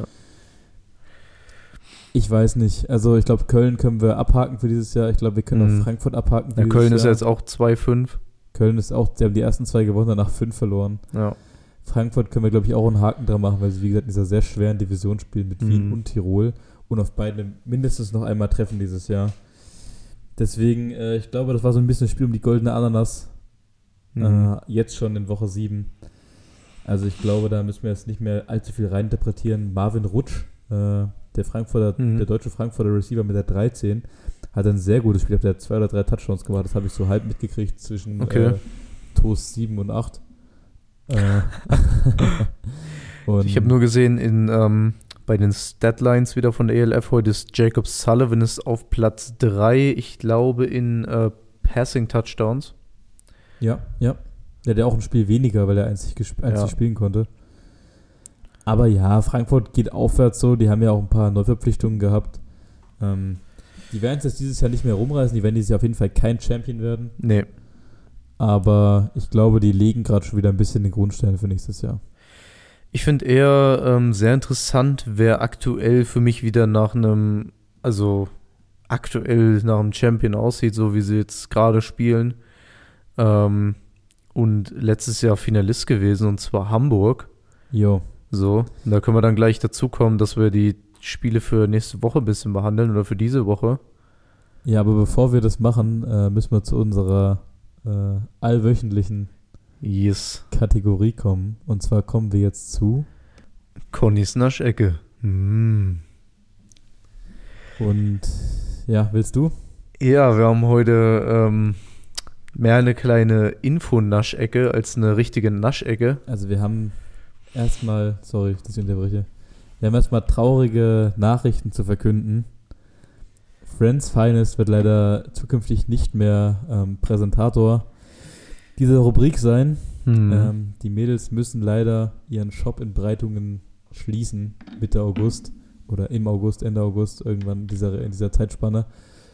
Ich weiß nicht. Also ich glaube, Köln können wir abhaken für dieses Jahr. Ich glaube, wir können mhm. auch Frankfurt abhaken für ja, dieses Köln Jahr. ist ja jetzt auch zwei fünf. Köln ist auch, die haben die ersten zwei gewonnen, danach fünf verloren. Ja. Frankfurt können wir, glaube ich, auch einen Haken dran machen, weil sie, wie gesagt, in dieser sehr schweren Division spielen mit Wien mhm. und Tirol. und auf beide mindestens noch einmal treffen dieses Jahr. Deswegen, äh, ich glaube, das war so ein bisschen ein Spiel um die goldene Ananas. Mhm. Äh, jetzt schon in Woche sieben. Also ich glaube, da müssen wir jetzt nicht mehr allzu viel reininterpretieren. Marvin Rutsch, äh, der Frankfurter, mhm. der deutsche Frankfurter Receiver mit der dreizehn, hat ein sehr gutes Spiel. Der hat zwei oder drei Touchdowns gemacht. Das habe ich so halb mitgekriegt zwischen okay. äh, Toast sieben und acht. Äh, und ich habe nur gesehen, in ähm, bei den Statlines wieder von der E L F heute ist Jacob Sullivan ist auf Platz drei, ich glaube in äh, Passing Touchdowns. Ja, ja. Der hat ja auch ein Spiel weniger, weil er einzig, gesp- einzig ja. spielen konnte. Aber ja, Frankfurt geht aufwärts so. Die haben ja auch ein paar Neuverpflichtungen gehabt. Ähm, die werden es jetzt dieses Jahr nicht mehr rumreißen. Die werden dieses Jahr auf jeden Fall kein Champion werden. Nee. Aber ich glaube, die legen gerade schon wieder ein bisschen den Grundstein für nächstes Jahr. Ich finde eher ähm, sehr interessant, wer aktuell für mich wieder nach einem, also aktuell nach einem Champion aussieht, so wie sie jetzt gerade spielen. Ähm, und letztes Jahr Finalist gewesen, und zwar Hamburg. Jo. So, und da können wir dann gleich dazu kommen, dass wir die Spiele für nächste Woche ein bisschen behandeln oder für diese Woche. Ja, aber bevor wir das machen, äh, müssen wir zu unserer äh, allwöchentlichen yes. Kategorie kommen. Und zwar kommen wir jetzt zu Connys Naschecke. Mm. Und ja, willst du? Ja, wir haben heute ähm, mehr eine kleine Info-Naschecke als eine richtige Naschecke. Also wir haben erstmal, sorry, dass ich unterbreche, wir haben erstmal traurige Nachrichten zu verkünden. Friends Finest wird leider zukünftig nicht mehr ähm, Präsentator dieser Rubrik sein. Hm. Ähm, die Mädels müssen leider ihren Shop in Breitungen schließen, Mitte August oder im August, Ende August, irgendwann in dieser, in dieser Zeitspanne.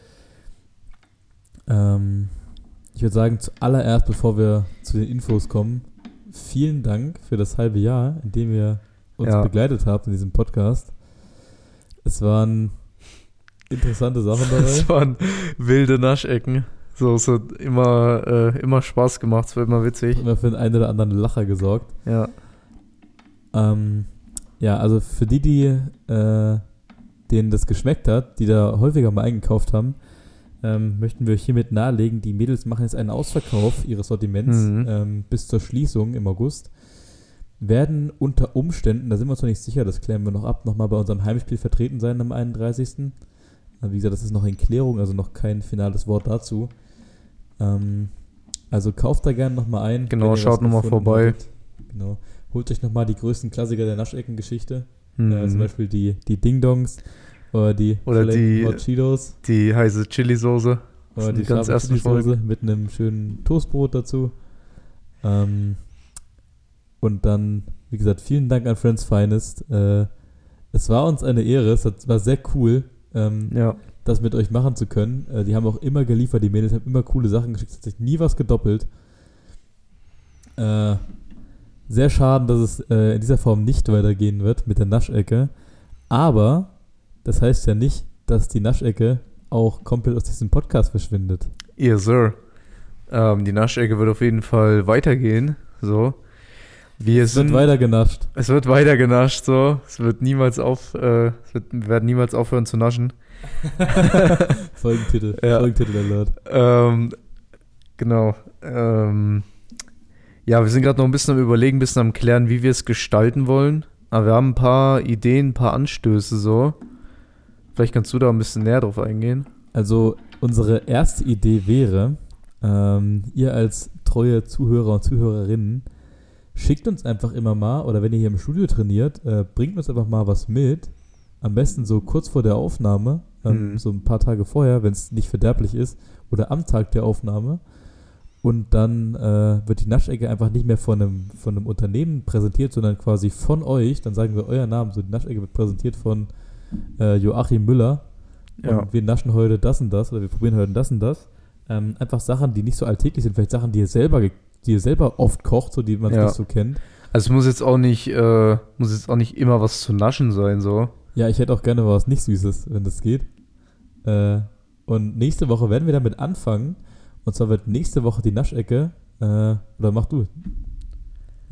Ähm, ich würde sagen, zuallererst, bevor wir zu den Infos kommen, vielen Dank für das halbe Jahr, in dem ihr uns ja. begleitet habt in diesem Podcast. Es waren interessante Sachen dabei. Es waren wilde Naschecken. So, es hat immer, äh, immer Spaß gemacht, es war immer witzig. Immer für den einen oder anderen Lacher gesorgt. Ja. Ähm, ja, also für die, die äh, denen das geschmeckt hat, die da häufiger mal eingekauft haben, ähm, möchten wir euch hiermit nahelegen, die Mädels machen jetzt einen Ausverkauf ihres Sortiments mhm. ähm, bis zur Schließung im August. Werden unter Umständen, da sind wir uns noch nicht sicher, das klären wir noch ab, nochmal bei unserem Heimspiel vertreten sein am einunddreißigsten Wie gesagt, das ist noch in Klärung, also noch kein finales Wort dazu. Ähm, also kauft da gerne nochmal ein. Genau, schaut nochmal vorbei. Hattet. Genau. Holt euch nochmal die größten Klassiker der Naschecken-Geschichte. Mhm. Äh, zum Beispiel die, die Ding-Dongs oder die oder die Hot Cheetos. Die heiße Chili-Soße. Oder die ganz erste Chili-Soße mit einem schönen Toastbrot dazu. Ähm, und dann, wie gesagt, vielen Dank an Friends Finest. Äh, es war uns eine Ehre, es war sehr cool, ähm, ja. das mit euch machen zu können. Äh, die haben auch immer geliefert, die Mädels haben immer coole Sachen geschickt, es hat sich nie was gedoppelt. Äh, sehr schade, dass es äh, in dieser Form nicht weitergehen wird mit der Naschecke. Aber das heißt ja nicht, dass die Naschecke auch komplett aus diesem Podcast verschwindet. Yes, sir. Ähm, die Naschecke wird auf jeden Fall weitergehen. So. Wir es sind, wird weiter genascht. Es wird weiter genascht, so. Es wird niemals auf, äh, es wird, wir werden niemals aufhören zu naschen. Folgentitel, ja. Folgentitel Alert. Ähm, genau. Ähm, ja, wir sind gerade noch ein bisschen am Überlegen, ein bisschen am Klären, wie wir es gestalten wollen. Aber wir haben ein paar Ideen, ein paar Anstöße, so. Vielleicht kannst du da ein bisschen näher drauf eingehen. Also, unsere erste Idee wäre, ähm, ihr als treue Zuhörer und Zuhörerinnen, schickt uns einfach immer mal, oder wenn ihr hier im Studio trainiert, äh, bringt uns einfach mal was mit. Am besten so kurz vor der Aufnahme, ähm, mhm. so ein paar Tage vorher, wenn es nicht verderblich ist, oder am Tag der Aufnahme. Und dann äh, wird die Naschecke einfach nicht mehr von einem, von einem Unternehmen präsentiert, sondern quasi von euch. Dann sagen wir euer Namen. So, die Naschecke wird präsentiert von äh, Joachim Müller. Ja. Und wir naschen heute das und das, oder wir probieren heute das und das. Ähm, einfach Sachen, die nicht so alltäglich sind, vielleicht Sachen, die ihr selber ge- die ihr selber oft kocht, so die man ja. nicht so kennt. Also es muss jetzt auch nicht, äh, muss jetzt auch nicht immer was zu naschen sein, so. Ja, ich hätte auch gerne was nicht Süßes, wenn das geht. Äh, und nächste Woche werden wir damit anfangen. Und zwar wird nächste Woche die Naschecke, äh, oder mach du?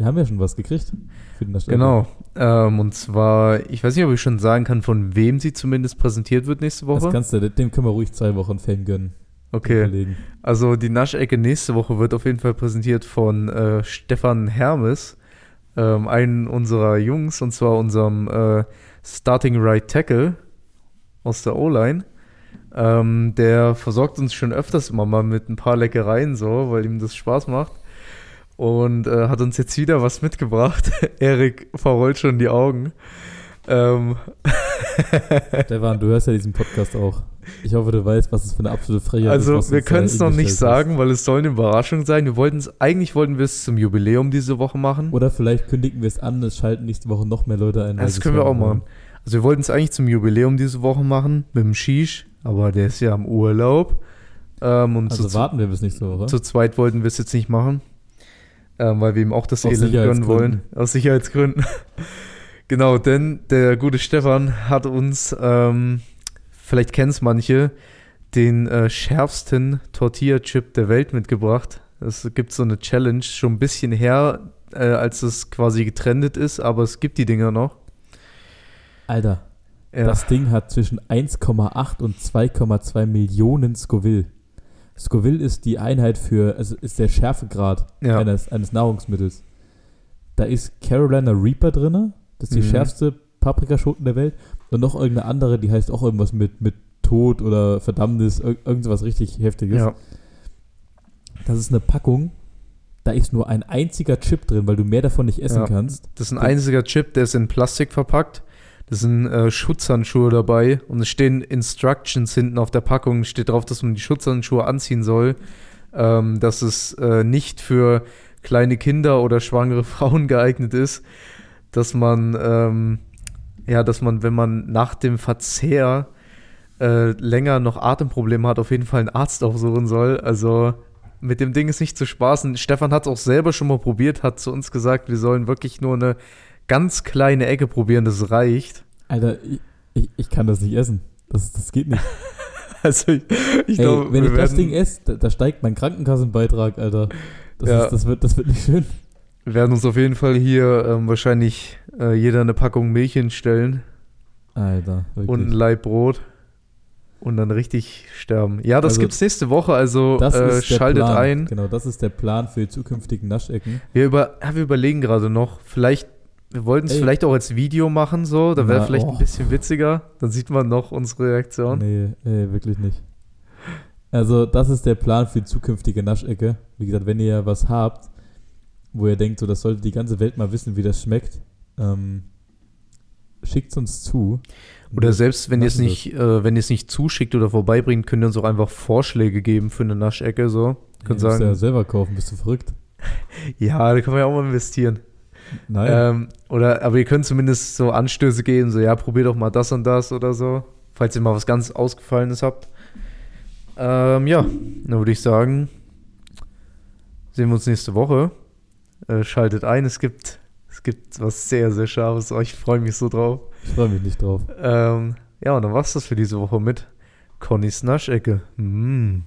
Wir haben ja schon was gekriegt für den Naschecke. Genau. Ähm, und zwar, ich weiß nicht, ob ich schon sagen kann, von wem sie zumindest präsentiert wird nächste Woche. Das kannst du, dem können wir ruhig zwei Wochen Fame gönnen. Okay. Also die Naschecke nächste Woche wird auf jeden Fall präsentiert von äh, Stefan Hermes, ähm, einen unserer Jungs, und zwar unserem äh, Starting Right Tackle aus der O-Line. Ähm, der versorgt uns schon öfters immer mal mit ein paar Leckereien, so, weil ihm das Spaß macht. Und äh, hat uns jetzt wieder was mitgebracht. Erik verrollt schon die Augen. Ähm. Stefan, du hörst ja diesen Podcast auch. Ich hoffe, du weißt, was es für eine absolute Frechheit also, ist. Also wir können es noch nicht sagen, hast. Weil es soll eine Überraschung sein. Wir wollten es, eigentlich wollten wir es zum Jubiläum diese Woche machen. Oder vielleicht kündigen wir es an, es schalten nächste Woche noch mehr Leute ein. Das können wir auch machen. Also wir wollten es eigentlich zum Jubiläum diese Woche machen, mit dem Shish, aber der ist ja im Urlaub. Ähm, und also zu, warten wir bis nächste Woche. Zu zweit wollten wir es jetzt nicht machen, ähm, weil wir ihm auch das Elend gönnen wollen. Aus Sicherheitsgründen. Genau, denn der gute Stefan hat uns, ähm, vielleicht kennen es manche, den äh, schärfsten Tortilla-Chip der Welt mitgebracht. Es gibt so eine Challenge, schon ein bisschen her, äh, als es quasi getrennt ist, aber es gibt die Dinger noch. Alter, ja. Das Ding hat zwischen eins Komma acht und zwei Komma zwei Millionen Scoville. Scoville ist die Einheit für, also ist der Schärfegrad ja. eines, eines Nahrungsmittels. Da ist Carolina Reaper drin, das ist die mhm. schärfste Paprikaschoten der Welt, und noch irgendeine andere, die heißt auch irgendwas mit, mit Tod oder Verdammnis, ir- irgendwas richtig Heftiges. Ja. Das ist eine Packung, da ist nur ein einziger Chip drin, weil du mehr davon nicht essen ja. kannst. Das ist ein einziger Chip, der ist in Plastik verpackt. Da sind äh, Schutzhandschuhe dabei und es stehen Instructions hinten auf der Packung. Steht drauf, dass man die Schutzhandschuhe anziehen soll. Ähm, dass es äh, nicht für kleine Kinder oder schwangere Frauen geeignet ist. Dass man, ähm, ja, dass man, wenn man nach dem Verzehr äh, länger noch Atemprobleme hat, auf jeden Fall einen Arzt aufsuchen soll. Also mit dem Ding ist nicht zu spaßen. Stefan hat es auch selber schon mal probiert, hat zu uns gesagt, wir sollen wirklich nur eine ganz kleine Ecke probieren, das reicht. Alter, ich, ich, ich kann das nicht essen. Das, das geht nicht. Also ich, ich Ey, glaube, wenn wir ich das werden, Ding esse, da, da steigt mein Krankenkassenbeitrag, Alter. Das, Ja. ist, das, wird, das wird nicht schön. wir werden uns auf jeden Fall hier ähm, wahrscheinlich äh, jeder eine Packung Milch hinstellen Alter, wirklich. und ein Laib Brot und dann richtig sterben. Ja, das Also, gibt's nächste Woche, also Das äh, ist der schaltet Plan. ein. Genau, das ist der Plan für die zukünftigen Naschecken. Wir, über, ja, wir überlegen gerade noch, vielleicht, wir wollten es Ey. vielleicht auch als Video machen, so, da wäre Na, vielleicht oh. ein bisschen witziger, dann sieht man noch unsere Reaktion. Nee, ey, wirklich nicht. Also, das ist der Plan für die zukünftige Naschecke. Wie gesagt, wenn ihr was habt, wo ihr denkt, so, das sollte die ganze Welt mal wissen, wie das schmeckt, ähm, schickt es uns zu. Oder selbst wenn ihr es machen nicht, äh, wenn ihr es nicht zuschickt oder vorbeibringt, könnt ihr uns auch einfach Vorschläge geben für eine Naschecke, so. Ja, Könnt du musst sagen, ja selber kaufen, bist du verrückt? ja, da können wir ja auch mal investieren. Nein. Ähm, oder, aber ihr könnt zumindest so Anstöße geben, so, ja, probiert doch mal das und das oder so, falls ihr mal was ganz Ausgefallenes habt. Ähm, ja, dann würde ich sagen, sehen wir uns nächste Woche. Äh, schaltet ein, es gibt, es gibt was sehr, sehr Scharfes. Oh, ich freue mich so drauf. Ich freue mich nicht drauf. Ähm, ja, und dann war's das für diese Woche mit Connys Naschecke. Mm.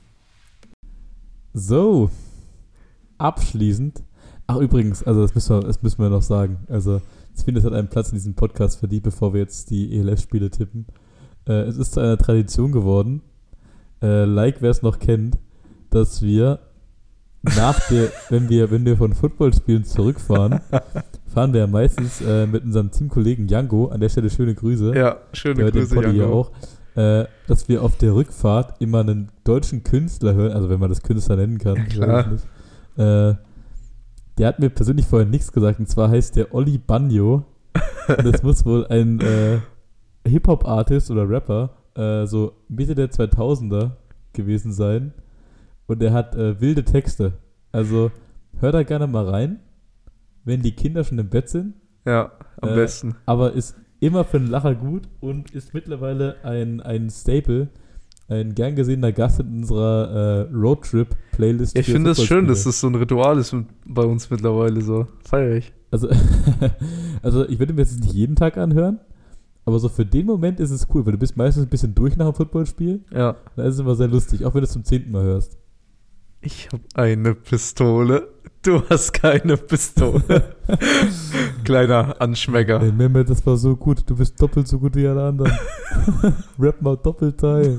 So, abschließend. Ach, übrigens, also das müssen wir, das müssen wir noch sagen. Also, ich finde, es hat einen Platz in diesem Podcast verdient, bevor wir jetzt die E L F-Spiele tippen. Äh, es ist zu einer Tradition geworden, äh, like wer es noch kennt, dass wir nach der, wenn wir, wenn wir von Footballspielen zurückfahren, fahren wir ja meistens äh, mit unserem Teamkollegen Jango, an der Stelle schöne Grüße. Ja, schöne der hört den Grüße, Poddy hier Janko. auch, äh, dass wir auf der Rückfahrt immer einen deutschen Künstler hören, also wenn man das Künstler nennen kann. Ja, klar. weiß ich nicht. Äh, der hat mir persönlich vorher nichts gesagt, und zwar heißt der Olli Bagno. Und das muss wohl ein äh, Hip-Hop-Artist oder Rapper, äh, so Mitte der zweitausender gewesen sein. Und er hat äh, wilde Texte. Also hört da gerne mal rein, wenn die Kinder schon im Bett sind. Ja, am Äh, besten. Aber ist immer für einen Lacher gut und ist mittlerweile ein, ein Staple, ein gern gesehener Gast in unserer äh, Roadtrip-Playlist. Ja, ich für finde es schön, dass Footballspiele. das so ein Ritual ist mit, bei uns mittlerweile so. Feier ich. Also, also ich würde mir jetzt nicht jeden Tag anhören, aber so für den Moment ist es cool, weil du bist meistens ein bisschen durch nach dem Footballspiel. Ja. Da ist es immer sehr lustig, auch wenn du es zum zehnten Mal hörst. Ich habe eine Pistole. Du hast keine Pistole. Kleiner Anschmecker. Hey Mehmet, das war so gut. Du bist doppelt so gut wie alle anderen. Rap mal doppelt teilen.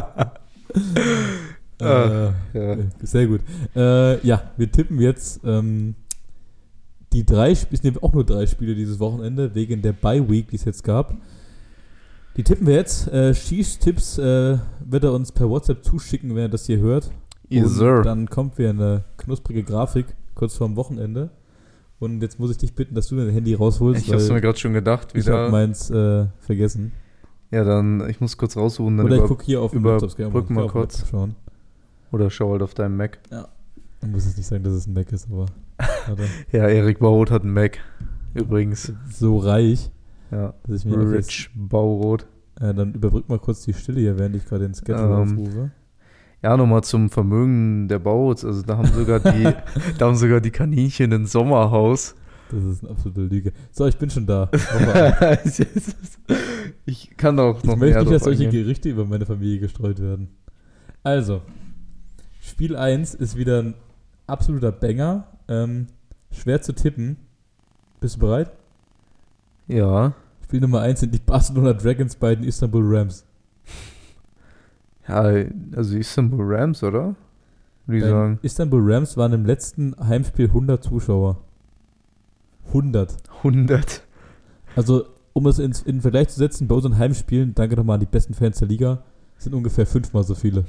äh, ja. Sehr gut. Äh, ja, wir tippen jetzt ähm, die drei, es nehmen auch nur drei Spiele dieses Wochenende, wegen der Bye-Week, die es jetzt gab. Die tippen wir jetzt. Äh, Schieß-Tipps äh, wird er uns per WhatsApp zuschicken, wenn er das hier hört. Yes, und sir. Dann kommt wieder eine knusprige Grafik kurz vorm Wochenende. Und jetzt muss ich dich bitten, dass du dein Handy rausholst. Ich hab's mir gerade schon gedacht. Ich wieder. hab meins äh, vergessen. Ja, dann, ich muss kurz raussuchen. Dann Oder über, ich gucke hier auf dem Laptop. Brück mal kurz. Schauen. Oder schau halt auf deinem Mac. Ja. Man muss jetzt nicht sagen, dass es ein Mac ist, aber... Ja, Erik Bauroth hat einen Mac. Übrigens. So reich, Ja. dass ich mir Rich Bauroth. Äh, dann überbrück mal kurz die Stille hier, während ich gerade den Schedule Ähm, aufrufe. Ja, nochmal zum Vermögen der Bauroths. Also da haben sogar die, da haben sogar die Kaninchen ein Sommerhaus. Das ist eine absolute Lüge. So, ich bin schon da. Nochmal. Ich kann auch Ich noch möchte mehr nicht, dass drauf solche eingehen. Gerichte über meine Familie gestreut werden. Also, Spiel eins ist wieder ein absoluter Banger. Ähm, schwer zu tippen. Bist du bereit? Ja. Spiel Nummer eins sind die Barcelona Dragons bei den Istanbul Rams. Ja, also Istanbul Rams, oder? Würde ich Bei sagen. Istanbul Rams waren im letzten Heimspiel hundert Zuschauer. hundert. hundert. Also, um es ins, in Vergleich zu setzen, bei unseren Heimspielen, danke nochmal an die besten Fans der Liga, sind ungefähr fünfmal so viele.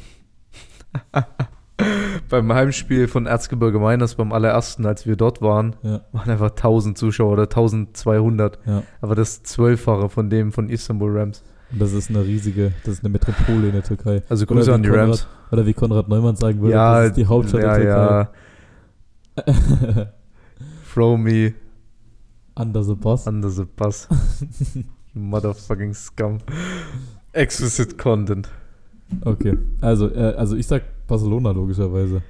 Beim Heimspiel von Erzgebirge Mainz, beim allerersten, als wir dort waren, Ja, waren einfach tausend Zuschauer oder tausendzweihundert. ja. Aber das Zwölffache von dem von Istanbul Rams. Und das ist eine riesige, das ist eine Metropole in der Türkei. Also Oder Grüße wie an die Konrad- Rams. Oder wie Konrad Neumann sagen würde, Ja, das ist die Hauptstadt ja, der Türkei. ja. Throw me Under the Boss. under the bus. You motherfucking scum. Explicit Content. Okay, also, äh, also ich sag Barcelona logischerweise.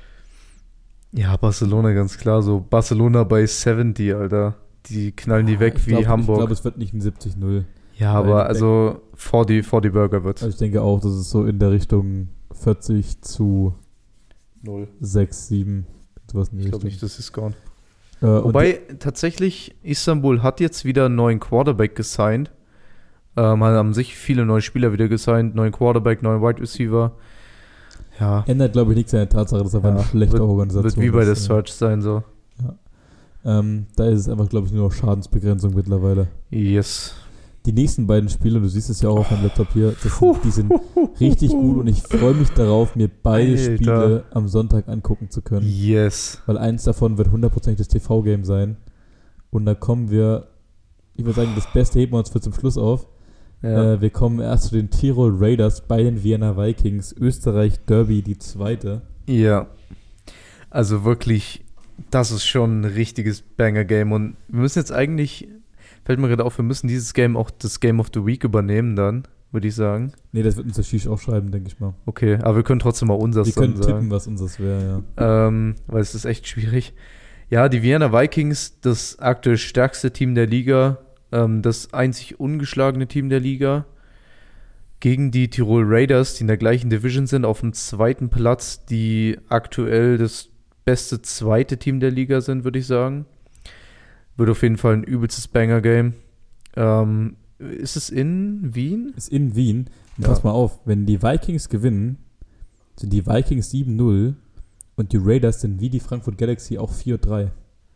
Ja, Barcelona, ganz klar. So Barcelona bei siebzig, Alter. Die knallen die weg Ich wie glaub, Hamburg. Ich glaube, es wird nicht ein siebzig null. ja, Weil aber ich also vor die, vor die Burger wird. Also ich denke auch, dass es so in der Richtung vierzig zu Null. sechs, sieben, sowas in die Ich glaube Richtung. nicht, das ist gone. Äh, und Wobei, tatsächlich, Istanbul hat jetzt wieder einen neuen Quarterback gesigned. Ähm, haben sich viele neue Spieler wieder gesigned. Neuen Quarterback, neuen Wide Receiver. Ja, ändert, glaube ich, nichts an der Tatsache, dass er Ja, eine schlechte wird- Organisation wird wie bei der ist. Search sein, so. Ähm, da ist es einfach, glaube ich, nur noch Schadensbegrenzung mittlerweile. Yes. Die nächsten beiden Spiele, du siehst es ja auch auf meinem Laptop hier, das sind, die sind richtig gut und ich freue mich darauf, mir beide Alter. Spiele am Sonntag angucken zu können. Yes. Weil eins davon wird hundertprozentig das T V-Game sein. Und da kommen wir, ich würde sagen, das Beste heben wir uns für zum Schluss auf. Ja. Äh, wir kommen erst zu den Tirol Raiders bei den Vienna Vikings. Österreich Derby, die zweite. Ja. Also wirklich, das ist schon ein richtiges Banger-Game. Und wir müssen jetzt eigentlich, fällt mir gerade auf, wir müssen dieses Game auch das Game of the Week übernehmen dann, würde ich sagen. Nee, das wird uns der Shish auch schreiben, denke ich mal. Okay, aber wir können trotzdem mal unseres Wir können dann sagen. tippen, was unseres wäre, ja. Ähm, weil es ist echt schwierig. Ja, die Vienna Vikings, das aktuell stärkste Team der Liga, ähm, das einzig ungeschlagene Team der Liga, gegen die Tirol Raiders, die in der gleichen Division sind, auf dem zweiten Platz, die aktuell das beste zweite Team der Liga sind, würde ich sagen. Wird auf jeden Fall ein übelstes Banger-Game. Ähm, ist es in Wien? Ist in Wien. Und Ja. pass mal auf, wenn die Vikings gewinnen, sind die Vikings sieben null und die Raiders sind wie die Frankfurt Galaxy auch vier drei.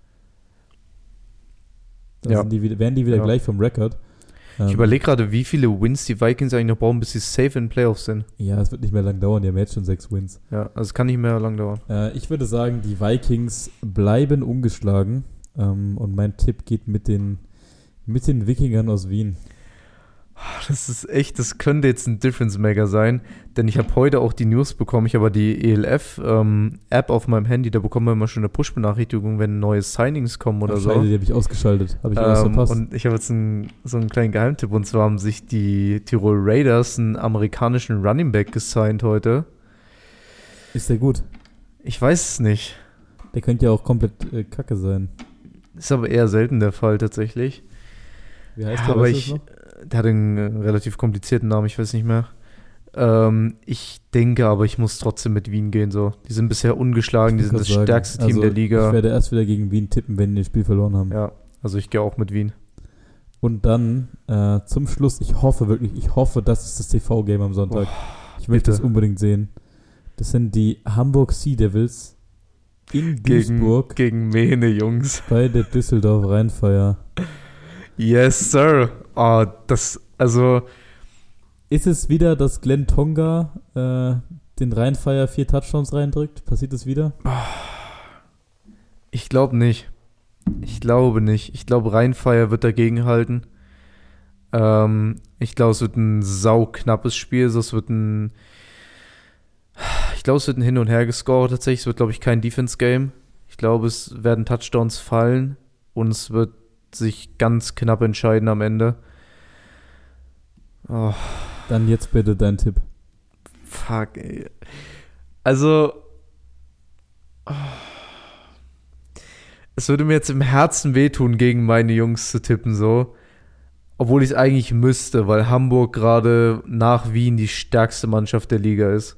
Dann Ja. sind die, wieder- wären die wieder Ja. gleich vom Rekord. Ähm, Ich überlege gerade, wie viele Wins die Vikings eigentlich noch brauchen, bis sie safe in Playoffs sind. Ja, es wird nicht mehr lang dauern, die haben jetzt schon sechs Wins. Ja, also es kann nicht mehr lang dauern. Äh, ich würde sagen, die Vikings bleiben ungeschlagen. Ähm, und mein Tipp geht mit den, mit den Wikingern aus Wien. Das ist echt, das könnte jetzt ein Difference-Maker sein, denn ich habe heute auch die News bekommen, ich habe die E L F-App auf meinem Handy, da bekommen wir immer schon eine Push-Benachrichtigung, wenn neue Signings kommen oder Ach, so. Scheiße, die habe ich ausgeschaltet. Habe ich was Ähm, verpasst? und ich habe jetzt einen, so einen kleinen Geheimtipp, und zwar haben sich die Tirol Raiders einen amerikanischen Running Back gesigned heute. Ist der gut? Ich weiß es nicht. Der könnte ja auch komplett äh, kacke sein. Ist aber eher selten der Fall tatsächlich. Wie heißt Ja, der? aber weißt du ich, das noch? der hat einen äh, relativ komplizierten Namen, ich weiß nicht mehr. Ähm, ich denke aber, ich muss trotzdem mit Wien gehen. So. Die sind bisher ungeschlagen, die sind das sagen. stärkste Team also, der Liga. Ich werde erst wieder gegen Wien tippen, wenn die das Spiel verloren haben. Ja, also ich gehe auch mit Wien. Und dann äh, zum Schluss, ich hoffe wirklich, ich hoffe, das ist das T V-Game am Sonntag. Oh, ich möchte es unbedingt sehen. Das sind die Hamburg Sea Devils in Duisburg. Gegen, gegen Mene, Jungs. Bei der Düsseldorf Rheinfire. Yes, sir. Oh, das, also... Ist es wieder, dass Glenn Tonga äh, den Rheinfire vier Touchdowns reindrückt? Passiert es wieder? Ich glaube nicht. Ich glaube nicht. Ich glaube, Rheinfire wird dagegenhalten. Ähm, ich glaube, es wird ein sauknappes Spiel. Also es wird ein... Ich glaube, es wird ein Hin- und Her gescored tatsächlich. Es wird, glaube ich, kein Defense-Game. Ich glaube, es werden Touchdowns fallen und es wird sich ganz knapp entscheiden am Ende. Oh. Dann jetzt bitte dein Tipp. Fuck, ey. Also, oh. Es würde mir jetzt im Herzen wehtun, gegen meine Jungs zu tippen, so. Obwohl ich es eigentlich müsste, weil Hamburg gerade nach Wien die stärkste Mannschaft der Liga ist.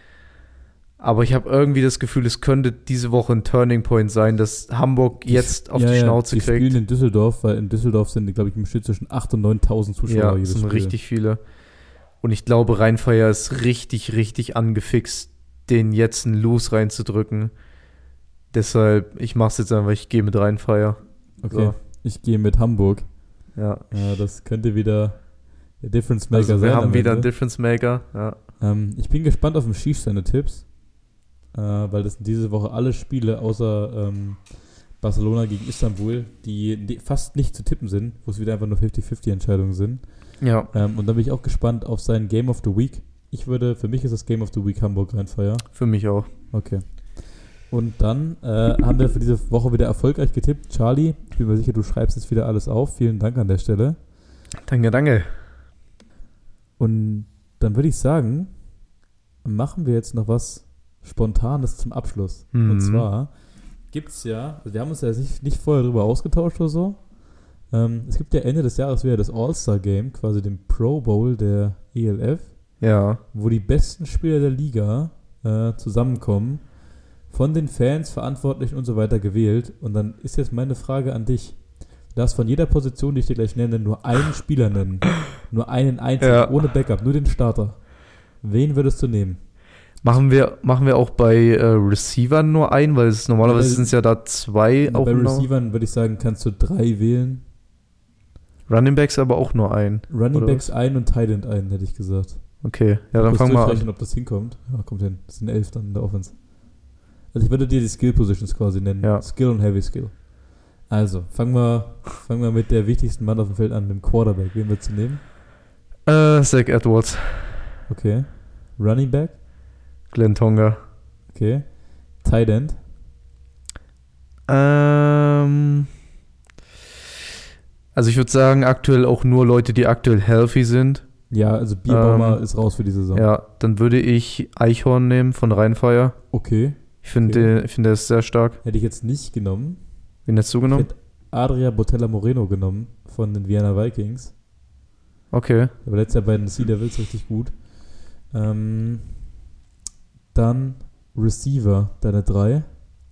Aber ich habe irgendwie das Gefühl, es könnte diese Woche ein Turning Point sein, dass Hamburg jetzt auf ja, die ja, Schnauze die kriegt. Die spielen in Düsseldorf, weil in Düsseldorf sind, glaube ich, im Schnitt zwischen achttausend und neuntausend Zuschauer. Ja, jedes das sind Spiel. richtig viele. Und ich glaube, Rheinfire ist richtig, richtig angefixt, den jetzt einen Loose reinzudrücken. Deshalb, ich mache es jetzt einfach, ich gehe mit Rheinfire. Okay, so. Ich gehe mit Hamburg. Ja. ja. Das könnte wieder der Difference Maker also wir sein. Wir haben wieder Ende. einen Difference Maker, ja. Ähm, ich bin gespannt auf den Shish seine Tipps, äh, weil das sind diese Woche alle Spiele außer ähm, Barcelona gegen Istanbul, die ne- fast nicht zu tippen sind, wo es wieder einfach nur fünfzig fünfzig Entscheidungen sind. Ja. Ähm, und dann bin ich auch gespannt auf sein Game of the Week. Ich würde, für mich ist das Game of the Week Hamburg Rheinfire. Für mich auch. Okay. Und dann äh, haben wir für diese Woche wieder erfolgreich getippt. Charlie, ich bin mir sicher, du schreibst jetzt wieder alles auf. Vielen Dank an der Stelle. Danke, danke. Und dann würde ich sagen, machen wir jetzt noch was Spontanes zum Abschluss. Mhm. Und zwar gibt es ja, also wir haben uns ja nicht, nicht vorher darüber ausgetauscht oder so. Ähm, es gibt ja Ende des Jahres wieder das All-Star-Game, quasi den Pro Bowl der E L F, Ja. wo die besten Spieler der Liga äh, zusammenkommen, von den Fans, Verantwortlichen und so weiter gewählt. Und dann ist jetzt meine Frage an dich. Du darfst von jeder Position, die ich dir gleich nenne, nur einen Spieler nennen. Nur einen einzigen, Ja. ohne Backup, nur den Starter. Wen würdest du nehmen? Machen wir, machen wir auch bei äh, Receivern nur einen, weil es normalerweise Bei- sind es ja da zwei Bei auf dem Lauf. Receivern würde ich sagen, kannst du drei wählen. Running Backs aber auch nur einen. Running Oder Backs ein und Tight End einen, hätte ich gesagt. Okay, ja, dann Kurz fangen wir durchrechnen, an. ob das hinkommt. Ja, kommt hin. Das sind elf dann in der Offense. Also ich würde dir die Skill Positions quasi nennen. Ja. Skill und Heavy Skill. Also, fangen wir, fangen wir mit der wichtigsten Mann auf dem Feld an, dem Quarterback. Wen würdest du nehmen? Äh, Zach Edwards. Okay. Running Back? Glenn Tonga. Okay. Tight End? Ähm. Also ich würde sagen, aktuell auch nur Leute, die aktuell healthy sind. Ja, also Bierbaumer Ähm, ist raus für die Saison. Ja, dann würde ich Eichhorn nehmen von Rheinfire. Okay. Ich finde, Okay. den- ich finde, der ist sehr stark. Hätte ich jetzt nicht genommen. Wen hast du Ich genommen? hätte Adria Botella Moreno genommen von den Vienna Vikings. Okay. Der war letztes Jahr bei den Sea Devils richtig gut. Ähm, dann Receiver, deine drei.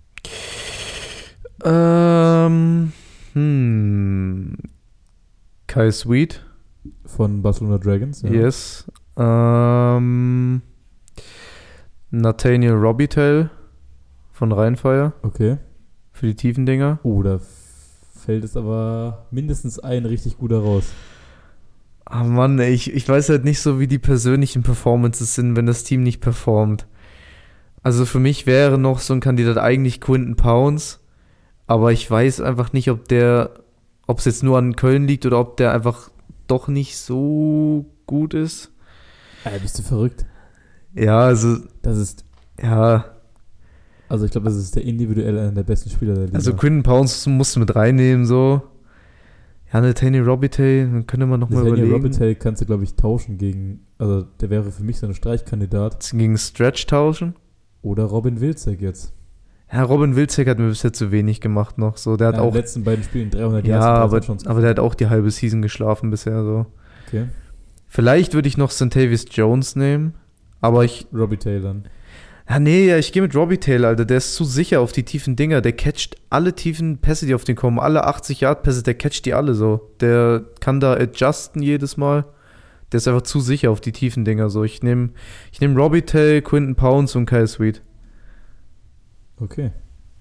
Ähm. Hm. Kai Sweet. Von Barcelona Dragons. Ja. Yes. Ähm. Nathaniel Robitaille von Rheinfire Okay. für die tiefen Dinger. Oh, da f- fällt es aber mindestens ein richtig guter raus. Ah Mann, ey, ich, ich weiß halt nicht so, wie die persönlichen Performances sind, wenn das Team nicht performt. Also für mich wäre noch so ein Kandidat eigentlich Quinton Pounce, aber ich weiß einfach nicht, ob der, ob es jetzt nur an Köln liegt oder ob der einfach doch nicht so gut ist. Ey, bist du verrückt? Ja, also, Das ist, ja, also ich glaube, das ist der individuell einer der besten Spieler der Liga. also Quinton Pounce musst du mit reinnehmen, so. Ja, Nathaniel Robitaille, dann könnte man nochmal Nathaniel überlegen. Robitaille kannst du, glaube ich, tauschen gegen, also der wäre für mich so ein Streichkandidat. Gegen Stretch tauschen. Oder Robin Wilczek jetzt. Ja, Robin Wilczek hat mir bisher zu wenig gemacht noch, so. Der hat Ja, in auch, den letzten beiden Spielen dreihundert ja, Yards und drei aber, Touchdowns aber der hat auch die halbe Season geschlafen bisher, so. Okay. Vielleicht würde ich noch Santavius Jones nehmen, aber ich... Robbie Taylor. Ja, nee, ja, ich gehe mit Robbie Taylor, Alter. Der ist zu sicher auf die tiefen Dinger. Der catcht alle tiefen Pässe, die auf den kommen. Alle achtzig-Yard-Pässe, der catcht die alle so. Der kann da adjusten jedes Mal. Der ist einfach zu sicher auf die tiefen Dinger. So, ich nehme ich nehm Robbie Taylor, Quinton Pounds und Kyle Sweet. Okay.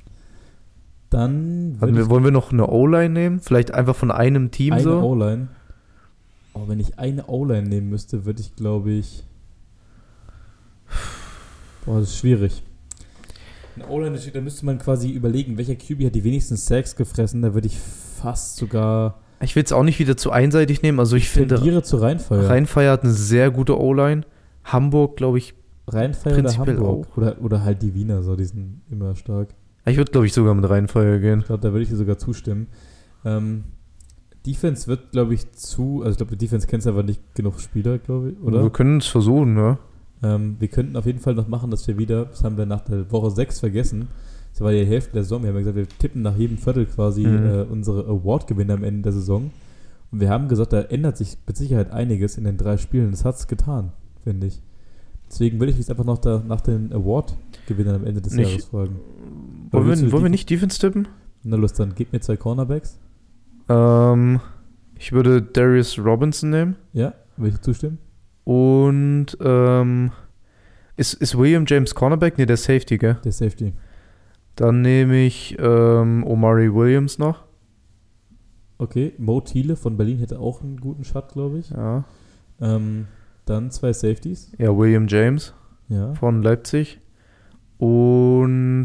Dann Also, wir, wollen wir noch eine O-Line nehmen? Vielleicht einfach von einem Team eine so? O-Line. Oh, wenn ich eine O-Line nehmen müsste, würde ich, glaube ich... Boah, das ist schwierig. Eine O-Line, da müsste man quasi überlegen, welcher Q B hat die wenigsten Sacks gefressen. Da würde ich fast sogar... Ich will es auch nicht wieder zu einseitig nehmen. Also ich, ich finde... tendiere zu Rheinfeier. Rheinfeier hat eine sehr gute O-Line. Hamburg, glaube ich, Rheinfeier oder prinzipiell Hamburg. auch. Oder, oder halt die Wiener, so, die sind immer stark. Ich würde, glaube ich, sogar mit Rheinfeier gehen. Ich glaube, da würde ich dir sogar zustimmen. Ähm, Defense wird, glaube ich, zu... Also ich glaube, die Defense kennst aber nicht genug Spieler, glaube ich, oder? Wir können es versuchen, ne? Ähm, wir könnten auf jeden Fall noch machen, dass wir wieder, das haben wir nach der Woche sechs vergessen, das war die Hälfte der Saison, wir haben ja gesagt, wir tippen nach jedem Viertel quasi Mhm. äh, unsere Award-Gewinner am Ende der Saison. Und wir haben gesagt, da ändert sich mit Sicherheit einiges in den drei Spielen. Das hat es getan, finde ich. Deswegen will ich jetzt einfach noch da, nach den Award-Gewinnern am Ende des Nicht- Jahres fragen. Wollen willst wir, du wollen wir die- nicht Defense tippen? Na los, dann gib mir zwei Cornerbacks. Ähm, ich würde Darius Robinson nehmen. Ja, will ich zustimmen? Und, ähm, ist, ist William James Cornerback? Ne, der ist Safety, gell? Der Safety. Dann nehme ich ähm, Omari Williams noch. Okay, Mo Thiele von Berlin hätte auch einen guten Shot, glaube ich. Ja. Ähm, dann zwei Safeties. Ja, William James Ja. von Leipzig. Und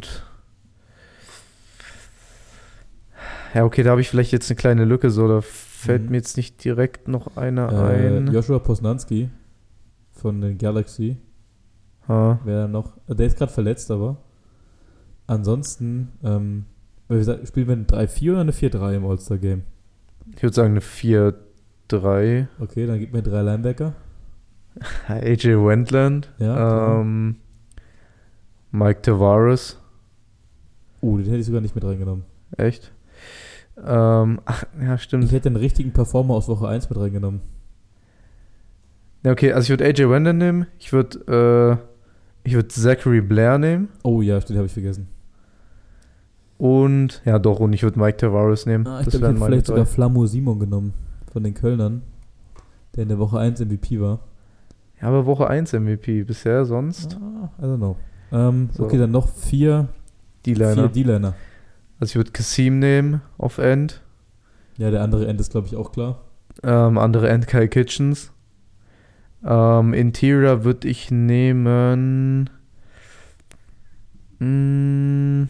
ja, okay, da habe ich vielleicht jetzt eine kleine Lücke, so, da fällt Mhm. mir jetzt nicht direkt noch einer Äh, ein. Joshua Posnanski von den Galaxy Ah, wäre noch, äh, der ist gerade verletzt, aber ansonsten, ähm, weil wir sagen, spielen wir eine drei vier oder eine vier drei im All-Star-Game? ich würde sagen eine vier drei. Okay, dann gib mir drei Linebacker. A J Wendland. Ja, klar. ähm, Mike Tavares. Uh, den hätte ich sogar nicht mit reingenommen. Echt? Ähm, ach, ja, stimmt. Ich hätte einen richtigen Performer aus Woche eins mit reingenommen. Ja, okay, also ich würde A J Wendland nehmen. Ich würde äh, ich würde Zachary Blair nehmen. Oh ja, stimmt, habe ich vergessen. Und, ja doch, und ich würde Mike Tavares nehmen. Ah, ich das glaube, ich wären hätte meine vielleicht drei. sogar Flamo Simon genommen von den Kölnern, der in der Woche eins M V P war. Ja, aber Woche eins M V P bisher, sonst Ah, I don't know. Ähm, So. Okay, dann noch vier, vier D-Liner. D-Liner. Also ich würde Kasim nehmen auf End. Ja, der andere End ist, glaube ich, auch klar. Ähm, andere End Kyle Kitchens. Ähm, Interior würde ich nehmen. Mh,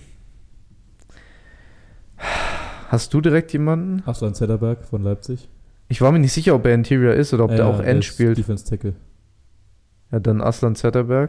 hast du direkt jemanden? Aslan Zetterberg von Leipzig. Ich war mir nicht sicher, ob er Interior ist oder ob Ja, der auch der End ist spielt. Defense Tackle. Ja, dann Aslan Zetterberg.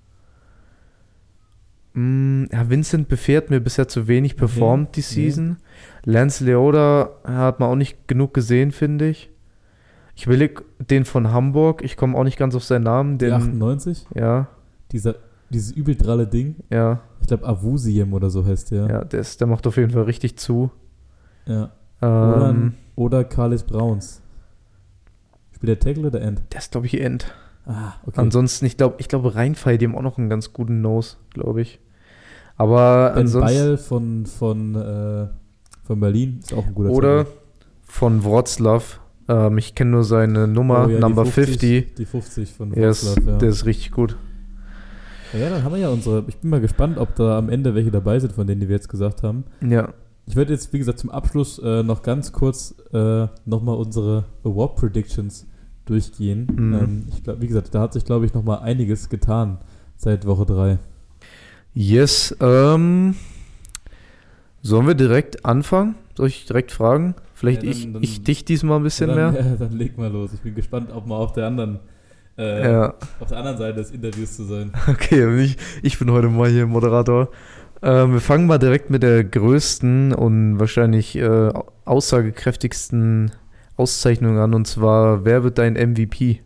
Mm, ja, Vincent Buffet hat mir bisher zu wenig performt die nee. Season. Lance Leoda hat man auch nicht genug gesehen, finde ich. Ich will den von Hamburg. Ich komme auch nicht ganz auf seinen Namen. Die Den, achtundneunzig. ja, Dieser, dieses übel dralle Ding. ja, Ich glaube, Avusiem oder so heißt der. ja, der, ist, der macht auf jeden Fall richtig zu. Ja. Oder, Ähm, oder Carlis Browns. Spielt der Tackle oder End? der ist, glaube ich, End. Ah, okay. Ansonsten, ich glaube, ich glaube, Rheinfeier, die haben auch noch einen ganz guten Nose, glaube ich. Aber Ben ansonsten. Beil von, von, äh, von Berlin ist auch ein guter Oder Tackle. von Wroclaw. Ähm, ich kenne nur seine Nummer, Oh ja, die Number fünfzig, fünfzig. Die fünfzig von Der ist, Wroclaw, ja. der ist richtig gut. Ja, dann haben wir ja unsere. Ich bin mal gespannt, ob da am Ende welche dabei sind, von denen, die wir jetzt gesagt haben. Ja. Ich würde jetzt, wie gesagt, zum Abschluss äh, noch ganz kurz äh, nochmal unsere Award Predictions durchgehen. Mhm. Ähm, ich glaub, wie gesagt, da hat sich, glaube ich, nochmal einiges getan seit Woche drei. Yes. Ähm, sollen wir direkt anfangen? Soll ich direkt fragen? Vielleicht Ja, dann- ich, dann- ich dich diesmal ein bisschen dann, mehr? Ja, dann leg mal los. Ich bin gespannt, ob mal auf der anderen, äh, Ja. auf der anderen Seite des Interviews zu sein. Okay, ich, ich bin heute mal hier Moderator. Ähm, wir fangen mal direkt mit der größten und wahrscheinlich äh, aussagekräftigsten Auszeichnung an, und zwar, wer wird dein M V P?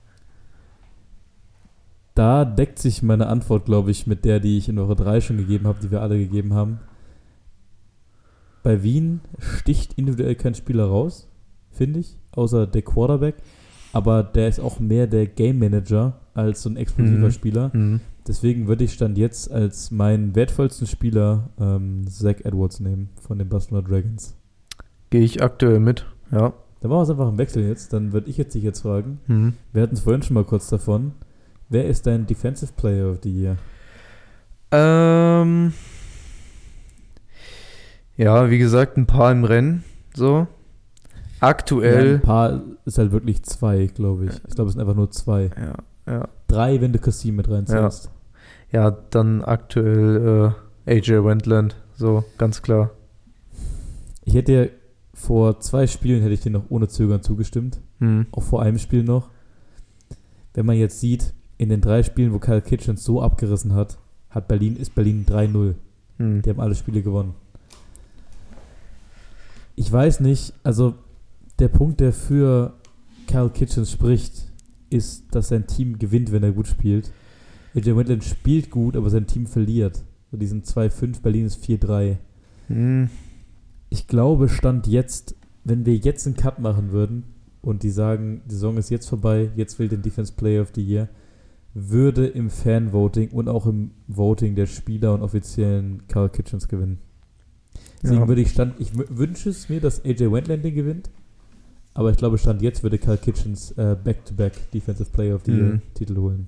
Da deckt sich meine Antwort, glaube ich, mit der, die ich in Woche drei schon gegeben habe, die wir alle gegeben haben. Bei Wien sticht individuell kein Spieler raus, finde ich, außer der Quarterback. aber der ist auch mehr der Game Manager als so ein explosiver Mhm. Spieler. Mhm. Deswegen würde ich Stand jetzt als meinen wertvollsten Spieler ähm, Zach Edwards nehmen von den Barcelona Dragons. Gehe ich aktuell mit, ja. Da machen wir es einfach im Wechsel jetzt. Dann würde ich jetzt dich jetzt fragen. Mhm. Wir hatten es vorhin schon mal kurz davon. Wer ist dein Defensive Player of the Year? Ähm, ja, wie gesagt, ein paar im Rennen, so. Ja, Aktuell, ein paar ist halt wirklich zwei, glaube ich. Ich glaube, es sind einfach nur zwei. ja, ja, Drei, wenn du Kassim mit reinziehst. ja, dann aktuell äh, A J Wendland, so, ganz klar. Ich hätte dir vor zwei Spielen hätte ich dir noch ohne Zögern zugestimmt. Mhm. Auch vor einem Spiel noch. Wenn man jetzt sieht, in den drei Spielen, wo Kyle Kitchens so abgerissen hat, hat Berlin, ist Berlin drei null. Mhm. Die haben alle Spiele gewonnen. Ich weiß nicht, also der Punkt, der für Kyle Kitchens spricht, ist, dass sein Team gewinnt, wenn er gut spielt. A J Wendland spielt gut, aber sein Team verliert. So, die sind zwei fünf, Berlin ist vier drei. Mhm. Ich glaube, Stand jetzt, wenn wir jetzt einen Cut machen würden und die sagen, die Saison ist jetzt vorbei, jetzt will den Defense Player of the Year, würde im Fan-Voting und auch im Voting der Spieler und Offiziellen Kyle Kitchens gewinnen. Deswegen Ja. würde ich Stand, ich w- wünsche es mir, dass A J Wendland den gewinnt, aber ich glaube, Stand jetzt würde Kyle Kitchens äh, Back-to-Back Defensive Player of the Mhm. Year Titel holen.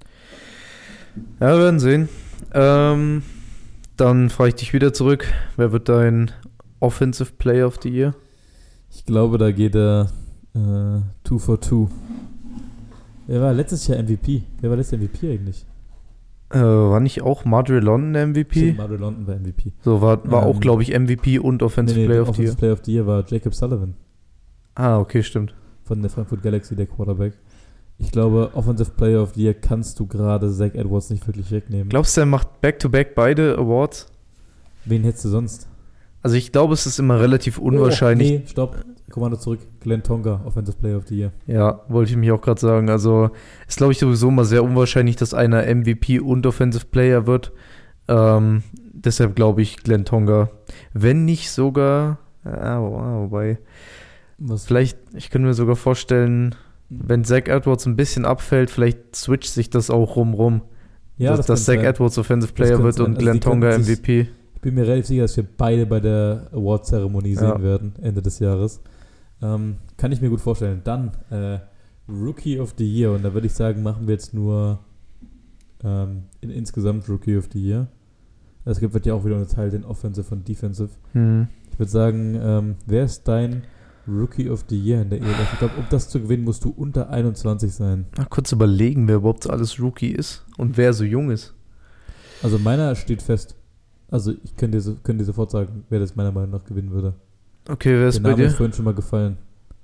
Ja, wir werden sehen. Ähm, dann frage ich dich wieder zurück. Wer wird dein Offensive Player of the Year? Ich glaube, da geht er äh, two for two. Wer war letztes Jahr M V P? Wer war letztes Jahr M V P eigentlich? Äh, war nicht auch Madre London M V P? Stimmt, Mario London war M V P. So, war, war Ähm, auch, glaube ich, M V P und Offensive Nee, nee, Player der of the Year. Offensive Player of the Year war Jacob Sullivan Ah, okay, stimmt. von der Frankfurt Galaxy, der Quarterback. Ich glaube, Offensive Player of the Year kannst du gerade Zach Edwards nicht wirklich wegnehmen. Glaubst du, er macht Back-to-Back beide Awards? Wen hättest du sonst? Also ich glaube, es ist immer relativ unwahrscheinlich. Oh, nee, stopp. Kommando zurück. Glenn Tonga, Offensive Player of the Year. Ja, wollte ich mich auch gerade sagen. Also ist, glaube ich, sowieso immer sehr unwahrscheinlich, dass einer M V P und Offensive Player wird. Ähm, deshalb glaube ich Glenn Tonga. Wenn nicht sogar, ja, wow, wobei, Was? vielleicht, ich könnte mir sogar vorstellen, wenn Zach Edwards ein bisschen abfällt, vielleicht switcht sich das auch rum rum. Ja, dass das, dass kann Zach sein. Edwards Offensive Das Player könnte wird sein. und Also Glenn die Tonga könnten M V sich- P. Ich bin mir relativ sicher, dass wir beide bei der Award-Zeremonie sehen Ja. werden, Ende des Jahres. Ähm, kann ich mir gut vorstellen. Dann äh, Rookie of the Year. Und da würde ich sagen, machen wir jetzt nur ähm, in, insgesamt Rookie of the Year. Es gibt wird ja auch wieder unterteilt in Offensive und Defensive. Hm. Ich würde sagen, ähm, wer ist dein Rookie of the Year in der E L F? Ich glaube, um das zu gewinnen, musst du unter einundzwanzig sein. Mal kurz überlegen, wer überhaupt alles Rookie ist und wer so jung ist. Also meiner steht fest. Also ich könnte dir, so, könnte dir sofort sagen, wer das meiner Meinung nach gewinnen würde. Okay, wer ist Der bei Name dir? ist vorhin schon mal gefallen.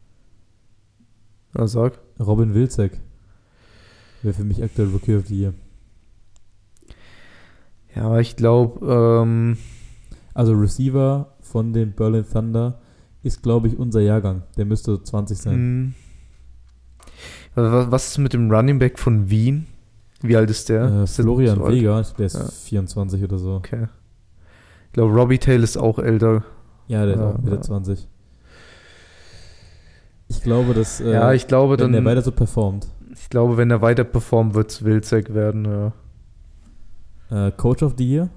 Na, sag. Robin Wilczek wäre für mich aktuell Rookie of the Year. Ja, ich glaube, ähm, Also Receiver von den Berlin Thunder ist, glaube ich, unser Jahrgang. Der müsste zwanzig sein. mh. Was was ist mit dem Running Back von Wien? Wie alt ist der? Äh, Ist der Florian so alt? Vega, der ist Ja. vierundzwanzig oder so. Okay. Ich glaube, Robbie Taylor ist auch älter. Ja, der ist Ja, auch Mitte ja. zwanzig. Ich glaube, dass äh, ja, ich glaube, wenn der dann, weiter so performt. ich glaube, wenn er weiter performt, wird es Wilczek werden. Ja. Äh, Coach of the Year?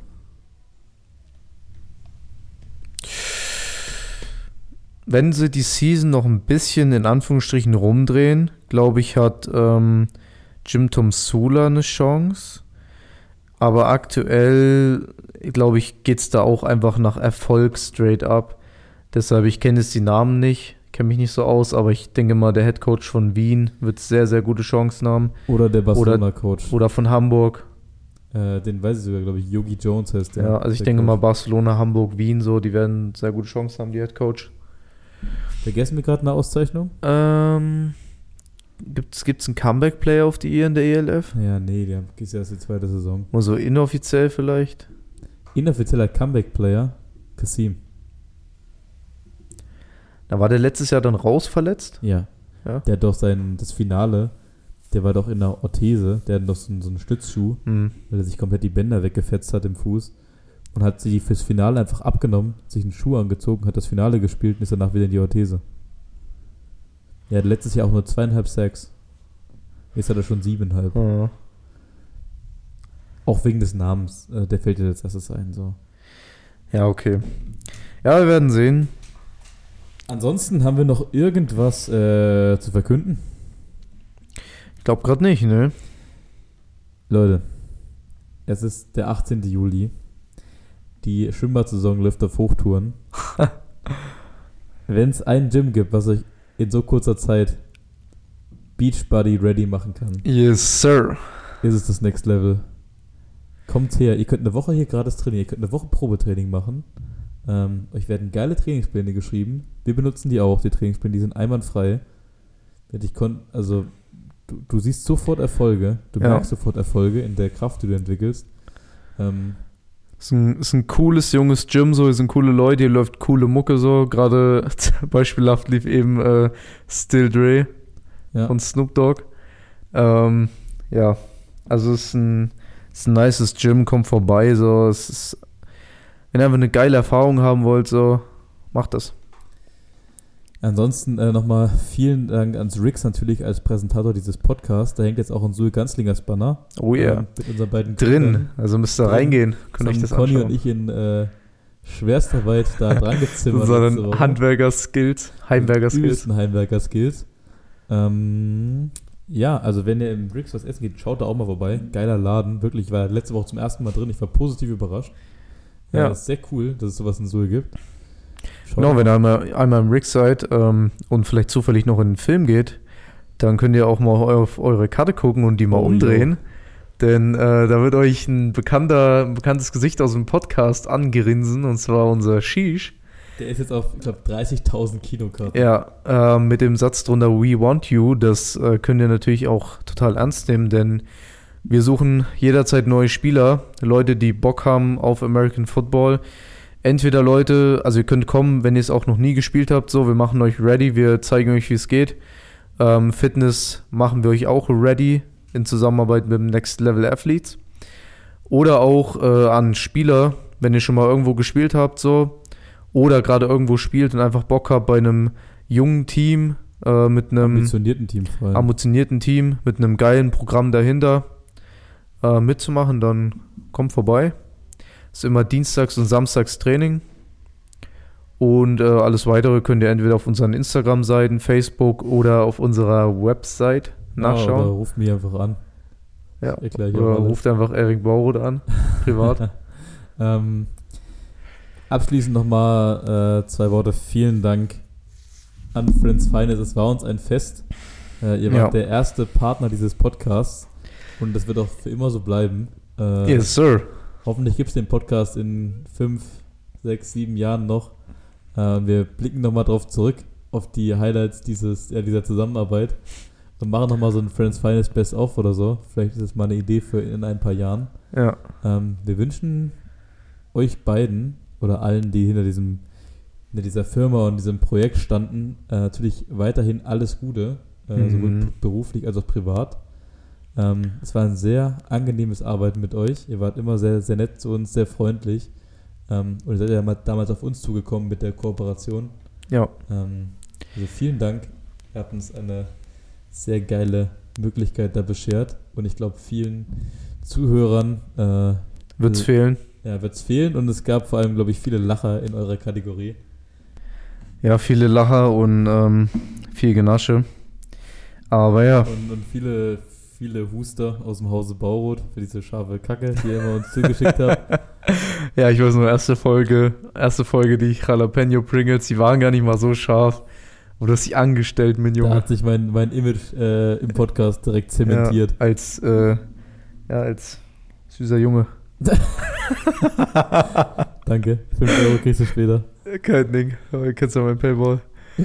Wenn sie die Season noch ein bisschen in Anführungsstrichen rumdrehen, glaube ich, hat ähm, Jim Tom Sula eine Chance. Aber aktuell, glaube ich, geht es da auch einfach nach Erfolg straight up. Deshalb, ich kenne jetzt die Namen nicht, kenne mich nicht so aus, aber ich denke mal, der Headcoach von Wien wird sehr, sehr gute Chancen haben. Oder der Barcelona-Coach? Oder von Hamburg. Äh, den weiß ich sogar, glaube ich. Yogi Jones heißt der. Ja, also ich der denke Coach. mal, Barcelona, Hamburg, Wien, so, die werden sehr gute Chancen haben, die Headcoach. Vergessen wir gerade eine Auszeichnung? Ähm, gibt's, gibt's einen Comeback-Player auf die Ehe in der E L F? Ja, nee, die haben ist ja erst die zweite Saison. Mal so inoffiziell vielleicht? Inoffizieller Comeback-Player, Kassim. Da war der letztes Jahr dann raus verletzt? Ja. Ja. Der hat doch sein, das Finale, der war doch in der Orthese, der hat doch so, einen- so einen Stützschuh, Hm. weil er sich komplett die Bänder weggefetzt hat im Fuß und hat sie fürs Finale einfach abgenommen, sich einen Schuh angezogen, hat das Finale gespielt und ist danach wieder in die Orthese. Er hat letztes Jahr auch nur zweieinhalb Sacks. Jetzt hat er schon siebeneinhalb. Ja. Auch wegen des Namens. Äh, der fällt dir als erstes ein. So. Ja, okay. Ja, wir werden sehen. Ansonsten haben wir noch irgendwas äh, zu verkünden? Ich glaube gerade nicht, ne? Leute, es ist der achtzehnten Juli. Die Schwimmbad-Saison läuft auf Hochtouren. Wenn es ein Gym gibt, was euch in so kurzer Zeit Beachbody ready machen kann, Yes, sir. ist es das Next Level. Kommt her, ihr könnt eine Woche hier gratis trainieren, ihr könnt eine Woche Probetraining machen. Ähm, euch werden geile Trainingspläne geschrieben. Wir benutzen die auch, die Trainingspläne, die sind einwandfrei. Ich kon- also, du, du siehst sofort Erfolge, du Ja. merkst sofort Erfolge in der Kraft, die du entwickelst. Ähm, Ist ein, ist ein cooles, junges Gym, so, hier sind coole Leute, hier läuft coole Mucke, so. Gerade beispielhaft lief eben äh, Still Dre ja. von Snoop Dogg. Ähm, ja, also es ist ein, es ist ein nices Gym, kommt vorbei, so. Es ist, wenn ihr einfach eine geile Erfahrung haben wollt, so, macht das. Ansonsten äh, nochmal vielen Dank ans Rix natürlich als Präsentator dieses Podcasts. Da hängt jetzt auch ein Sul Ganzlingers Banner. Oh ja. Ähm, mit unseren beiden Drin, Gründern. also müsst ihr Drin. reingehen, könnt euch haben das Conny anschauen. und ich in äh, schwerster Arbeit da dran gezimmert. So letzte einen Woche. Handwerker-Skills, Heimwerker-Skills. Übelsten Heimwerker-Skills. Ähm, ja, also wenn ihr im Rix was essen geht, schaut da auch mal vorbei. Geiler Laden, wirklich. Ich war letzte Woche zum ersten Mal drin. Ich war positiv überrascht. Ja, Ja. das ist sehr cool, dass es sowas in Suhl gibt. Schaut Genau, mal. wenn ihr einmal, einmal im Rig seid ähm, und vielleicht zufällig noch in den Film geht, dann könnt ihr auch mal auf eure Karte gucken und die mal Oh, umdrehen. Denn äh, da wird euch ein bekannter, ein bekanntes Gesicht aus dem Podcast angerinsen, und zwar unser Shish. Der ist jetzt auf, ich glaube, dreißigtausend Kinokarten. Ja, äh, mit dem Satz drunter We want you. Das äh, könnt ihr natürlich auch total ernst nehmen, denn wir suchen jederzeit neue Spieler, Leute, die Bock haben auf American Football. Entweder Leute, also ihr könnt kommen, wenn ihr es auch noch nie gespielt habt, so, wir machen euch ready, wir zeigen euch, wie es geht. Ähm, Fitness machen wir euch auch ready in Zusammenarbeit mit dem Next Level Athletes. Oder auch äh, an Spieler, wenn ihr schon mal irgendwo gespielt habt, so, oder gerade irgendwo spielt und einfach Bock habt bei einem jungen Team, äh, mit einem Ambitionierten Team vor allem. ambitionierten Team, mit einem geilen Programm dahinter äh, mitzumachen, dann kommt vorbei. Ist immer dienstags und samstags Training. Und äh, alles weitere könnt ihr entweder auf unseren Instagram-Seiten, Facebook oder auf unserer Website Ja, oder nachschauen. ruft mich einfach an. Ja, Ich erkläre hier oder auch alles. ruft einfach Erik Bauroth an, privat. ähm, abschließend nochmal äh, zwei Worte. Vielen Dank an Friends Finest. Es war uns ein Fest. Äh, ihr wart Ja. der erste Partner dieses Podcasts und das wird auch für immer so bleiben. Äh, Yes, sir. Hoffentlich gibt es den Podcast in fünf, sechs, sieben Jahren noch. Äh, wir blicken nochmal drauf zurück, auf die Highlights dieses, ja, dieser Zusammenarbeit und machen nochmal so ein Friends Finest Best-of oder so. Vielleicht ist das mal eine Idee für in ein paar Jahren. Ja, Ähm, wir wünschen euch beiden oder allen, die hinter diesem hinter dieser Firma und diesem Projekt standen, äh, natürlich weiterhin alles Gute, äh, Mhm. sowohl b- beruflich als auch privat. Ähm, es war ein sehr angenehmes Arbeiten mit euch. Ihr wart immer sehr, sehr nett zu uns, sehr freundlich. Ähm, und ihr seid ja mal damals auf uns zugekommen mit der Kooperation. ja. Ähm, also vielen Dank. Ihr habt uns eine sehr geile Möglichkeit da beschert. Und ich glaube, vielen Zuhörern äh, Wird's Also- fehlen. ja, wird es fehlen. Und es gab vor allem, glaube ich, viele Lacher in eurer Kategorie. Ja, viele Lacher und ähm, viel Genasche. Aber ja, Und, und viele, viele Huster aus dem Hause Bauroth für diese scharfe Kacke, die ihr immer uns zugeschickt habt. ja, ich weiß nur, erste Folge, erste Folge, die ich Jalapeno Pringles, die waren gar nicht mal so scharf. Und du hast dich angestellt, mein Da Junge. hat sich mein, mein Image äh, im Podcast direkt zementiert. Ja, als, äh, ja, als süßer Junge. Danke. fünf Euro kriegst du später. Kein Ding, aber ihr kennt ja mein Payball.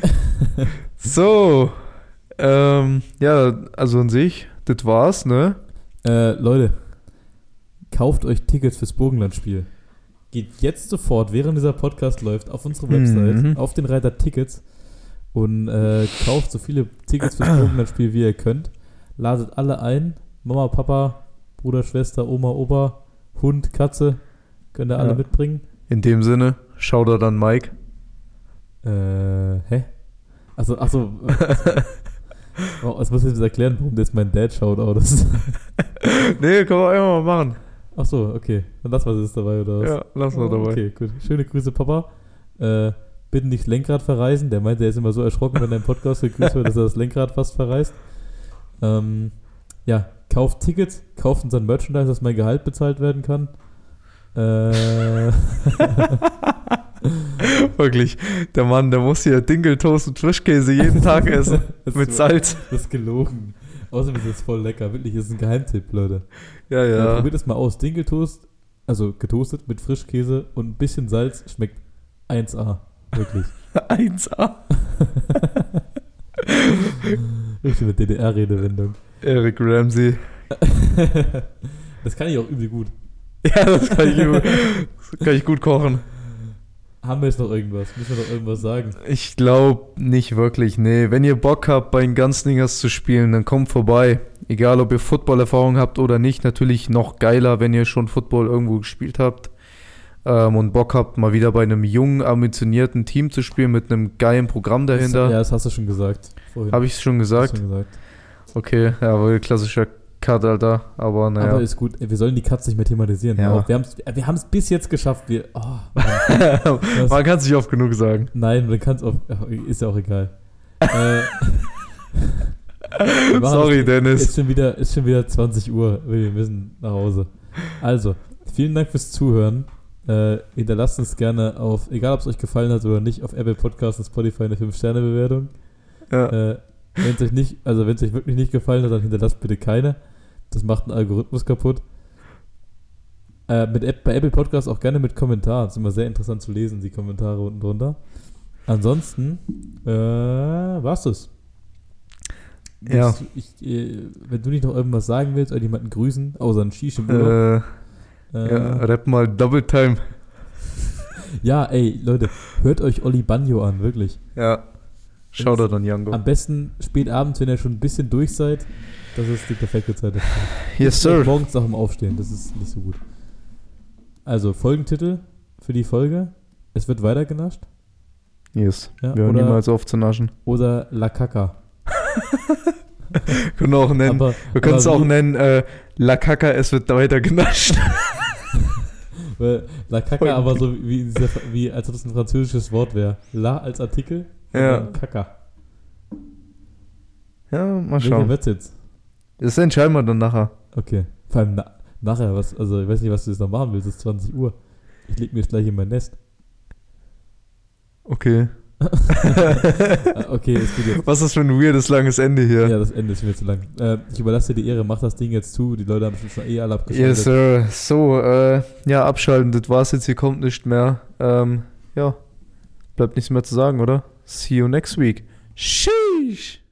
So, ähm, ja, also an sich, das war's, ne? Äh, Leute, kauft euch Tickets fürs Burgenlandspiel. Geht jetzt sofort, während dieser Podcast läuft, auf unsere Website, Mhm. auf den Reiter Tickets und äh, kauft so viele Tickets fürs Burgenlandspiel, wie ihr könnt. Ladet alle ein. Mama, Papa, Bruder, Schwester, Oma, Opa, Hund, Katze. Könnt ihr alle Ja. mitbringen. In dem Sinne, Shoutout an Mike. Äh, hä? Also, achso. Oh, jetzt muss ich jetzt erklären, warum jetzt mein Dad-Shoutout ist. Nee, kann man einfach mal machen. Achso, okay. Dann lassen wir es jetzt dabei, oder was? Ja, lassen wir Oh, dabei. Okay, gut. Schöne Grüße, Papa. Äh, bitte nicht Lenkrad verreisen. Der meinte, er ist immer so erschrocken, wenn er im Podcast gegrüßt wird, dass er das Lenkrad fast verreist. Ähm, ja, kauft Tickets, kauft unseren Merchandise, dass mein Gehalt bezahlt werden kann. Äh, Wirklich, der Mann, der muss hier Dinkeltoast und Frischkäse jeden Tag essen. Das mit ist- Salz. Das ist gelogen. Außerdem ist es voll lecker. Wirklich, das ist ein Geheimtipp, Leute. Ja, Ja. ja. Probiert es mal aus. Dinkeltoast, also getoastet mit Frischkäse und ein bisschen Salz, schmeckt eins A. Wirklich. eins A. Richtig eine D D R-Redewendung. Eric Ramsey. Das kann ich auch übel gut. Ja, das kann ich, gut- das kann ich gut kochen. Haben wir jetzt noch irgendwas? Müssen wir noch irgendwas sagen? Ich glaube nicht wirklich, nee. Wenn ihr Bock habt, bei den Ganzlingers zu spielen, dann kommt vorbei. Egal, ob ihr Football-Erfahrung habt oder nicht. Natürlich noch geiler, wenn ihr schon Football irgendwo gespielt habt. Ähm, und Bock habt, mal wieder bei einem jungen, ambitionierten Team zu spielen mit einem geilen Programm dahinter. Das, ja, das hast du schon gesagt. Vorhin. Habe ich es schon Hast gesagt? du schon gesagt. Okay, ja, wohl klassischer Cut, Alter. Aber naja. Aber ist gut. Ey, wir sollen die Cuts nicht mehr thematisieren. Ja. Hör auf. Wir haben es wir haben's bis jetzt geschafft. Wir, oh, Mann. Das- Man kann es nicht oft genug sagen. Nein, man kann es auch. ach, Ist ja auch egal. äh, wir machen Sorry, das- Dennis. Ist schon, wieder, ist schon wieder zwanzig Uhr. Wir müssen nach Hause. Also, vielen Dank fürs Zuhören. Äh, hinterlasst uns gerne auf, egal ob es euch gefallen hat oder nicht, auf Apple Podcasts und Spotify eine fünf Sterne Bewertung. Ja. Äh, wenn es euch nicht, also wenn es euch wirklich nicht gefallen hat, dann hinterlasst bitte keine. Das macht einen Algorithmus kaputt. Äh, mit App, bei Apple Podcasts auch gerne mit Kommentaren. ist immer sehr interessant zu lesen, die Kommentare unten drunter. Ansonsten äh, war's das. Ja. Willst du- Ich, äh, wenn du nicht noch irgendwas sagen willst oder jemanden grüßen, außer ein Shish im Urlaub. Äh, Äh, ja, rap mal Double Time. ja, ey, Leute, hört euch Oli Banjo an, wirklich. Ja. Shoutout an Jango. Am besten spät abends, wenn ihr schon ein bisschen durch seid. Das ist die perfekte Zeit dafür. Yes, Vielleicht sir. morgens nach dem Aufstehen, das ist nicht so gut. Also, Folgentitel für die Folge. Es wird weiter genascht. Yes. Ja, Wir hören oder- niemals auf zu naschen. Oder La Caca. Wir können auch nennen, Aber, wir können es aber auch wie- nennen, äh, La Caca, es wird weiter genascht. weil La Caca aber so wie, in dieser, wie als ob es ein französisches Wort wäre. La als Artikel und Ja. dann Caca. Ja, mal Welcher schauen. wird's jetzt? Das entscheiden wir dann nachher. Okay. Vor allem na, nachher, was, also ich weiß nicht, was du jetzt noch machen willst, es ist zwanzig Uhr. Ich leg mir jetzt gleich in mein Nest. Okay. Ah, okay, es geht jetzt. Was ist für ein weirdes langes Ende hier? Ja, das Ende ist mir zu lang. Äh, ich überlasse dir die Ehre, mach das Ding jetzt zu. Die Leute haben schon eh alle abgeschaltet. Yes, sir. So, äh, ja, abschalten, das war's jetzt, hier kommt nicht mehr. Ähm, ja, bleibt nichts mehr zu sagen, oder? See you next week. Sheesh.